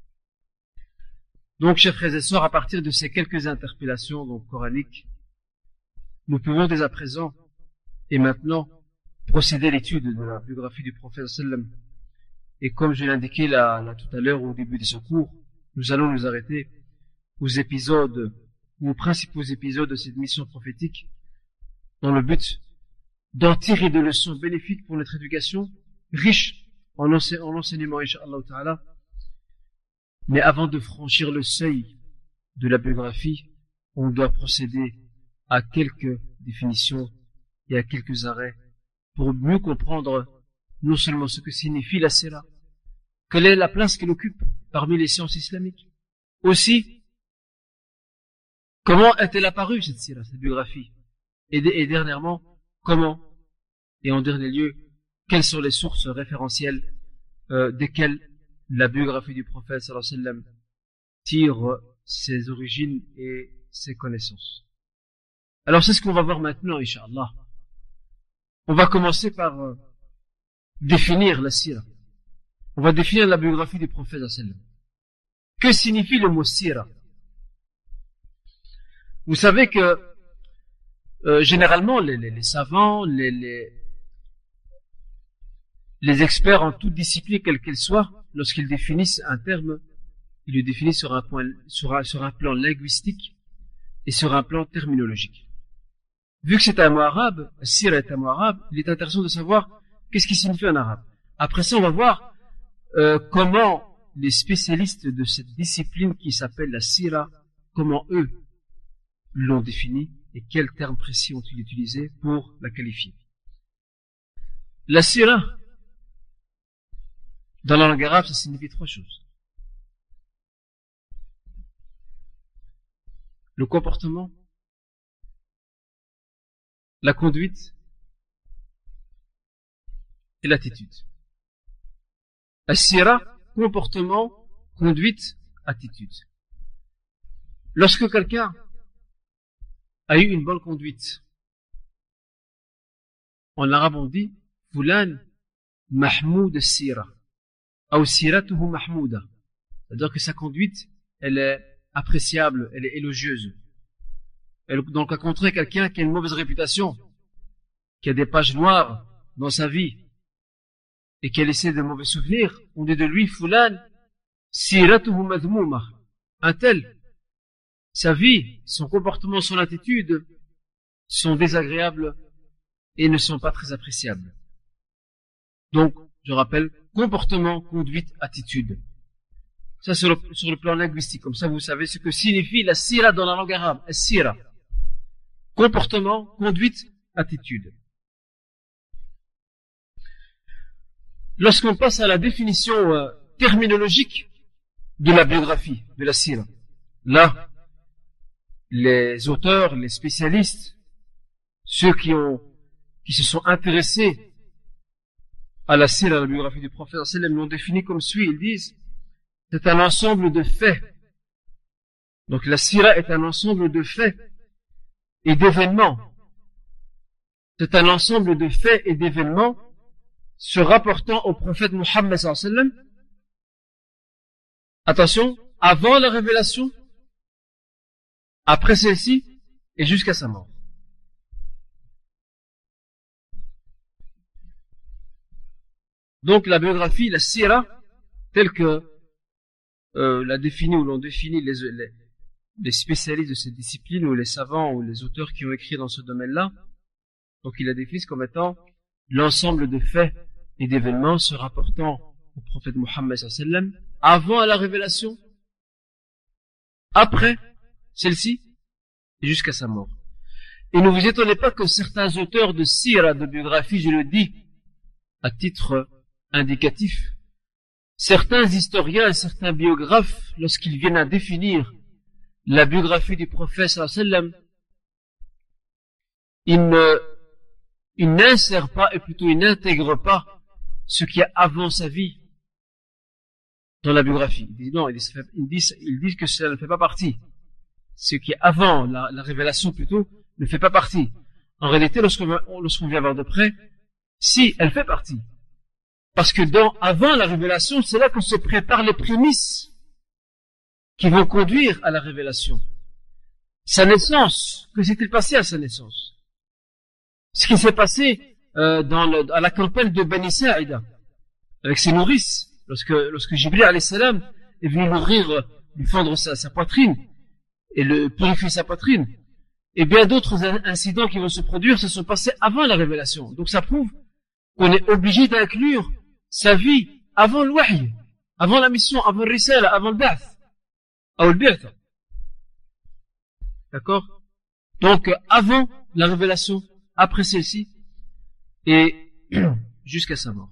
Donc, chers frères et sœurs, à partir de ces quelques interpellations donc coraniques, nous pouvons dès à présent et maintenant procéder à l'étude de la biographie du prophète sallam. Et comme je l'indiquais là tout à l'heure au début de ce cours, nous allons nous arrêter aux épisodes ou aux principaux épisodes de cette mission prophétique dans le but d'en tirer des leçons bénéfiques pour notre éducation, riche en enseignement, incha'Allah ta'ala. Mais avant de franchir le seuil de la biographie, on doit procéder à quelques définitions et à quelques arrêts pour mieux comprendre non seulement ce que signifie la sira, quelle est la place qu'elle occupe parmi les sciences islamiques, aussi comment est-elle apparue cette sira, cette biographie, et dernièrement, comment, et en dernier lieu, quelles sont les sources référentielles desquelles la biographie du prophète sallallahu alayhi wa sallam tire ses origines et ses connaissances. Alors c'est ce qu'on va voir maintenant, incha'Allah. On va commencer par définir la sira. On va définir la biographie du prophète sallallahu alayhi wa sallam. Que signifie le mot sira? Vous savez que généralement les savants, les experts en toute discipline quelle qu'elle soit, lorsqu'ils définissent un terme, ils le définissent sur un plan linguistique et sur un plan terminologique. Vu que c'est un mot arabe, sira est un mot arabe, il est intéressant de savoir qu'est-ce qui signifie en arabe. Après ça, on va voir comment les spécialistes de cette discipline qui s'appelle la sira, comment eux l'ont définie et quels termes précis ont-ils utilisés pour la qualifier. La sira, dans la langue arabe, ça signifie trois choses. Le comportement, la conduite et l'attitude. As-sira, comportement, conduite, attitude. Lorsque quelqu'un a eu une bonne conduite, en arabe on dit Fulan Mahmoud as-sira ou siratuhu mahmouda, c'est-à-dire que sa conduite elle est appréciable, elle est élogieuse. Donc, à contraire, quelqu'un qui a une mauvaise réputation, qui a des pages noires dans sa vie, et qui a laissé de mauvais souvenirs, on dit de lui, Fulan, siratuhu madhmouma. Un tel, sa vie, son comportement, son attitude sont désagréables et ne sont pas très appréciables. Donc, je rappelle, comportement, conduite, attitude. Ça, sur le plan linguistique. Comme ça, vous savez ce que signifie la sira dans la langue arabe. Sira. Comportement, conduite, attitude. Lorsqu'on passe à la définition terminologique de la biographie, de la sira, là, les auteurs, les spécialistes, ceux qui se sont intéressés à la sira, à la biographie du prophète sallam, l'ont défini comme suit. Ils disent, c'est un ensemble de faits. Donc la sira est un ensemble de faits et d'événements. C'est un ensemble de faits et d'événements se rapportant au prophète Muhammad sallallahu alayhi wa sallam. Attention, avant la révélation, après celle-ci et jusqu'à sa mort. Donc la biographie, la sira, telle que la définit ou l'ont défini les spécialistes de cette discipline ou les savants ou les auteurs qui ont écrit dans ce domaine-là, donc il la définit comme étant l'ensemble de faits et d'événements se rapportant au prophète Muhammad sallallahu alayhi wa sallam avant la révélation, après celle-ci et jusqu'à sa mort. Et ne vous étonnez pas que certains auteurs de sira, de biographie, je le dis à titre indicatif, certains historiens et certains biographes, lorsqu'ils viennent à définir la biographie du prophète sallallahu alayhi wa sallam, ils n'insèrent pas, et plutôt ils n'intègrent pas ce qu'il y a avant sa vie dans la biographie. Ils disent non, ils disent que cela ne fait pas partie. Ce qui est avant la révélation plutôt ne fait pas partie. En réalité, lorsqu'on vient voir de près, si elle fait partie. Parce que avant la révélation, c'est là qu'on se prépare les prémices qui vont conduire à la révélation. Sa naissance, que s'est-il passé à sa naissance? Ce qui s'est passé à la campagne de Bani Sa'ida, avec ses nourrices, lorsque Jibril alayhi salam est venu l'ouvrir, lui fendre sa poitrine et le purifier sa poitrine, et bien d'autres incidents qui vont se produire se sont passés avant la révélation. Donc ça prouve qu'on est obligé d'inclure sa vie avant le wahy, avant la mission, avant le risala, avant le ba'th, avant le bi'tha. D'accord? Donc avant la révélation, après celle-ci, et jusqu'à sa mort.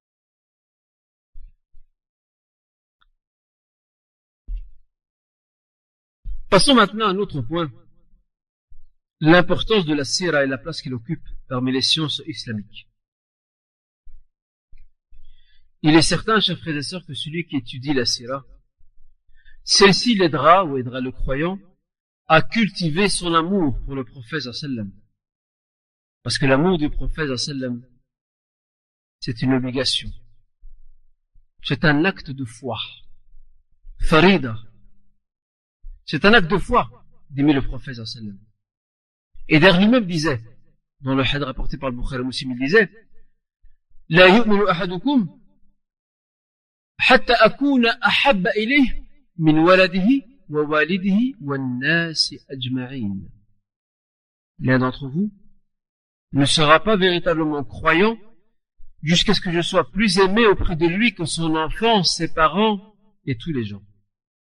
Passons maintenant à un autre point. L'importance de la sira et la place qu'elle occupe parmi les sciences islamiques. Il est certain, chers frères et sœurs, que celui qui étudie la sira, celle-ci l'aidera ou aidera le croyant à cultiver son amour pour le prophète sallam. Parce que l'amour du prophète sallam, c'est une obligation. C'est un acte de foi. Farida. C'est un acte de foi d'aimer le prophète sallam. Et d'ailleurs lui-même disait, dans le hadith rapporté par le Bukhari Muslim, il disait, La yu'minu ahadukum حتى أكون أحب إليه من ولده ووالده والناس أجمعين. L'un d'entre vous ne sera pas véritablement croyant jusqu'à ce que je sois plus aimé auprès de lui que son enfant, ses parents et tous les gens.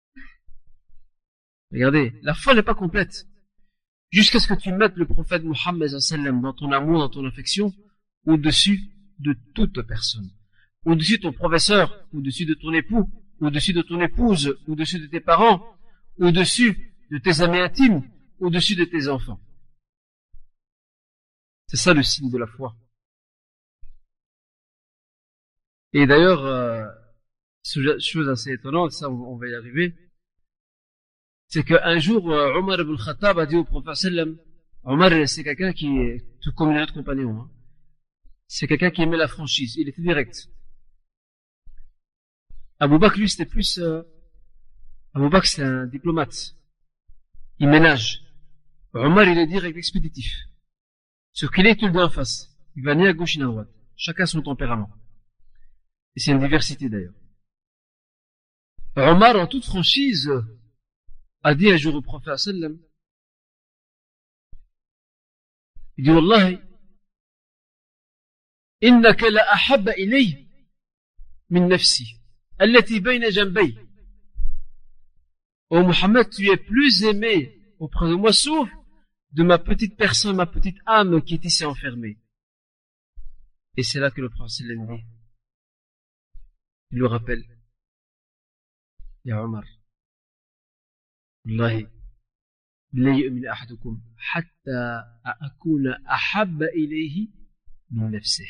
Regardez, la foi n'est pas complète jusqu'à ce que tu mettes le prophète Muhammad sallam dans ton amour, dans ton affection, au-dessus de toute personne. Au-dessus de ton professeur, au-dessus de ton époux, au-dessus de ton épouse, au-dessus de tes parents, au-dessus de tes amis intimes, au-dessus de tes enfants. C'est ça le signe de la foi. Et d'ailleurs, chose assez étonnante, ça on va y arriver, c'est qu'un jour, Omar ibn Khattab a dit au prophète sallam, Omar c'est quelqu'un qui est tout comme les autres compagnons, hein. C'est quelqu'un qui aimait la franchise, il était direct. Abu Bakr, lui, c'était plus Abu Bakr, c'est un diplomate. Il ménage. Omar, il est direct expéditif. Ce qu'il est, tu le dois en face. Il va ni à gauche ni à droite. Chacun son tempérament. Et c'est une diversité d'ailleurs. Omar, en toute franchise, a dit un jour au prophète sallam, il dit Wallahi, innaka la ahabba ilayhi min nafsi, allati bayna janbay. Oh Muhammad, tu es plus aimé auprès de moi, sauf de ma petite personne, ma petite âme qui est ici enfermée. Et c'est là que le prophète sallam dit, il le rappelle, Ya Omar, Wallahi, la yu'min ahadukum hatta akuna ahabba ilayhi min nafsihi.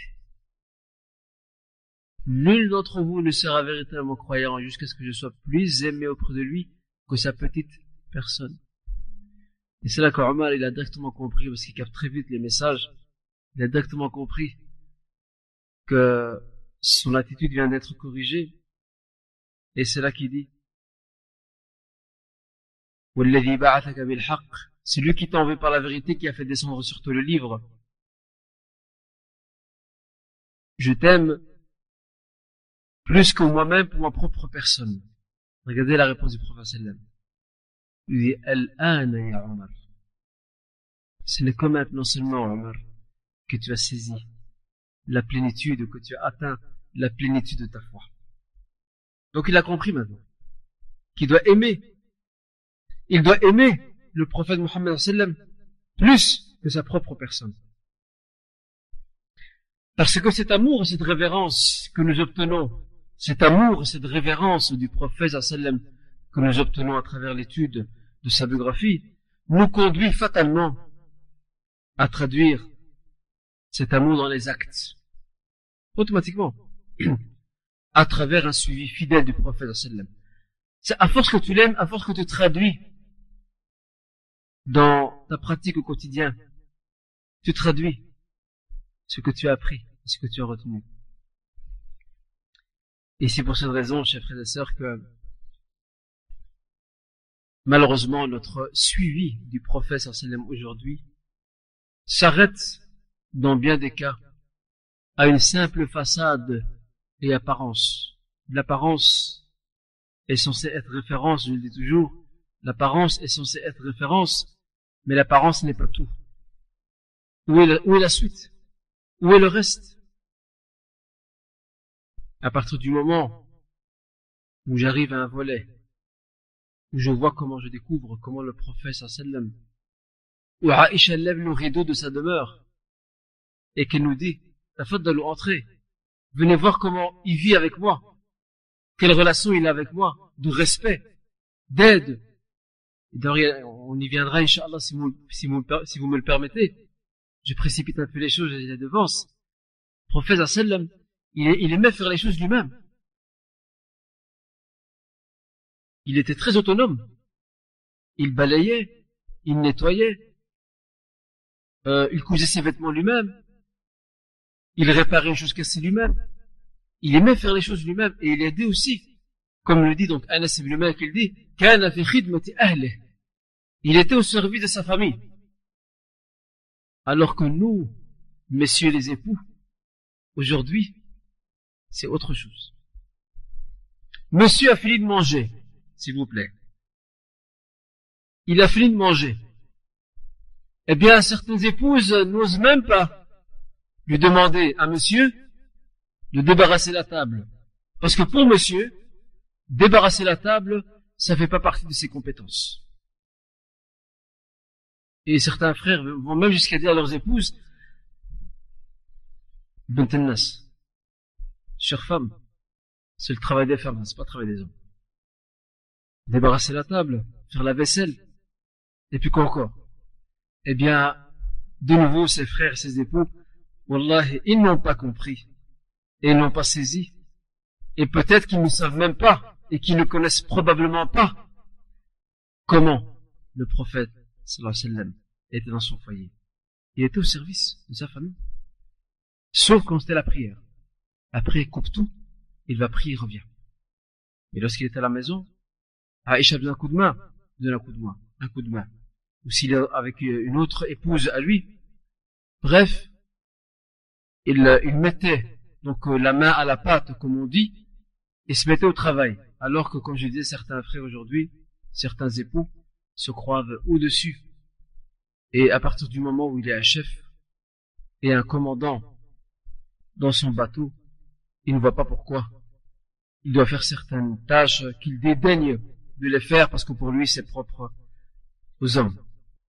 Nul d'entre vous ne sera véritablement croyant jusqu'à ce que je sois plus aimé auprès de lui que sa petite personne. Et c'est là qu'Omar, il a directement compris, parce qu'il capte très vite les messages, il a directement compris que son attitude vient d'être corrigée. Et c'est là qu'il dit, Walladhi ba'athaka bil haqq, c'est lui qui t'a envoyé par la vérité, qui a fait descendre sur toi le livre. Je t'aime plus que moi-même pour ma propre personne. Regardez la réponse du prophète sallam. Il dit, Al-ana ya Omar. Ce n'est que maintenant seulement, Omar, que tu as saisi la plénitude, que tu as atteint la plénitude de ta foi. Donc il a compris maintenant qu'il doit aimer. Il doit aimer le prophète Mohammed sallam plus que sa propre personne. Parce que cet amour et cette révérence que nous obtenons, cet amour et cette révérence du prophète sallam que nous obtenons à travers l'étude de sa biographie, nous conduit fatalement à traduire cet amour dans les actes. Automatiquement. À travers un suivi fidèle du prophète sallam. C'est à force que tu l'aimes, à force que tu traduis dans ta pratique au quotidien, tu traduis ce que tu as appris, ce que tu as retenu. Et c'est pour cette raison, chers frères et sœurs, que malheureusement notre suivi du prophète sallam aujourd'hui s'arrête dans bien des cas à une simple façade et apparence. L'apparence est censée être référence, je le dis toujours, l'apparence est censée être référence, mais l'apparence n'est pas tout. Où est la suite? Où est le reste? À partir du moment où j'arrive à un volet, où je vois comment je découvre comment le prophète sallam, où Aïcha lève le rideau de sa demeure, et qu'elle nous dit, la faute de entrer, venez voir comment il vit avec moi, quelle relation il a avec moi, de respect, d'aide. On y viendra, Inch'Allah, si vous me le permettez. Je précipite un peu les choses, je les devance. Le prophète sallam, il aimait faire les choses lui-même. Il était très autonome. Il balayait, il nettoyait, il cousait ses vêtements lui-même, il réparait une chose cassée lui-même. Il aimait faire les choses lui-même et il aidait aussi. Comme le dit donc Anas ibn Malik, il dit, Kana fi khidmati ahlihi. Il était au service de sa famille. Alors que nous, messieurs les époux, aujourd'hui, c'est autre chose. Monsieur a fini de manger, s'il vous plaît. Il a fini de manger. Eh bien, certaines épouses n'osent même pas lui demander à monsieur de débarrasser la table. Parce que pour monsieur, débarrasser la table, ça fait pas partie de ses compétences. Et certains frères vont même jusqu'à dire à leurs épouses, Bint al-Nas, chère femme, c'est le travail des femmes, c'est pas le travail des hommes. Débarrasser la table, faire la vaisselle, et puis quoi encore? Eh bien, de nouveau, ces frères, ces époux, wallahi, ils n'ont pas compris, et ils n'ont pas saisi, et peut-être qu'ils ne savent même pas, et qu'ils ne connaissent probablement pas comment le prophète, sallallahu alayhi wa sallam, était dans son foyer. Il était au service de sa famille. Sauf quand c'était la prière. Après, il coupe tout, il va prier, il revient. Mais lorsqu'il était à la maison, Aïcha donne un coup de main, donne un coup de main, un coup de main. Ou s'il est avec une autre épouse à lui. Bref, il mettait donc la main à la pâte, comme on dit, et se mettait au travail. Alors que, comme je disais, certains frères aujourd'hui, certains époux, se croient au-dessus. Et à partir du moment où il est un chef et un commandant dans son bateau, il ne voit pas pourquoi. Il doit faire certaines tâches qu'il dédaigne de les faire parce que pour lui c'est propre aux hommes.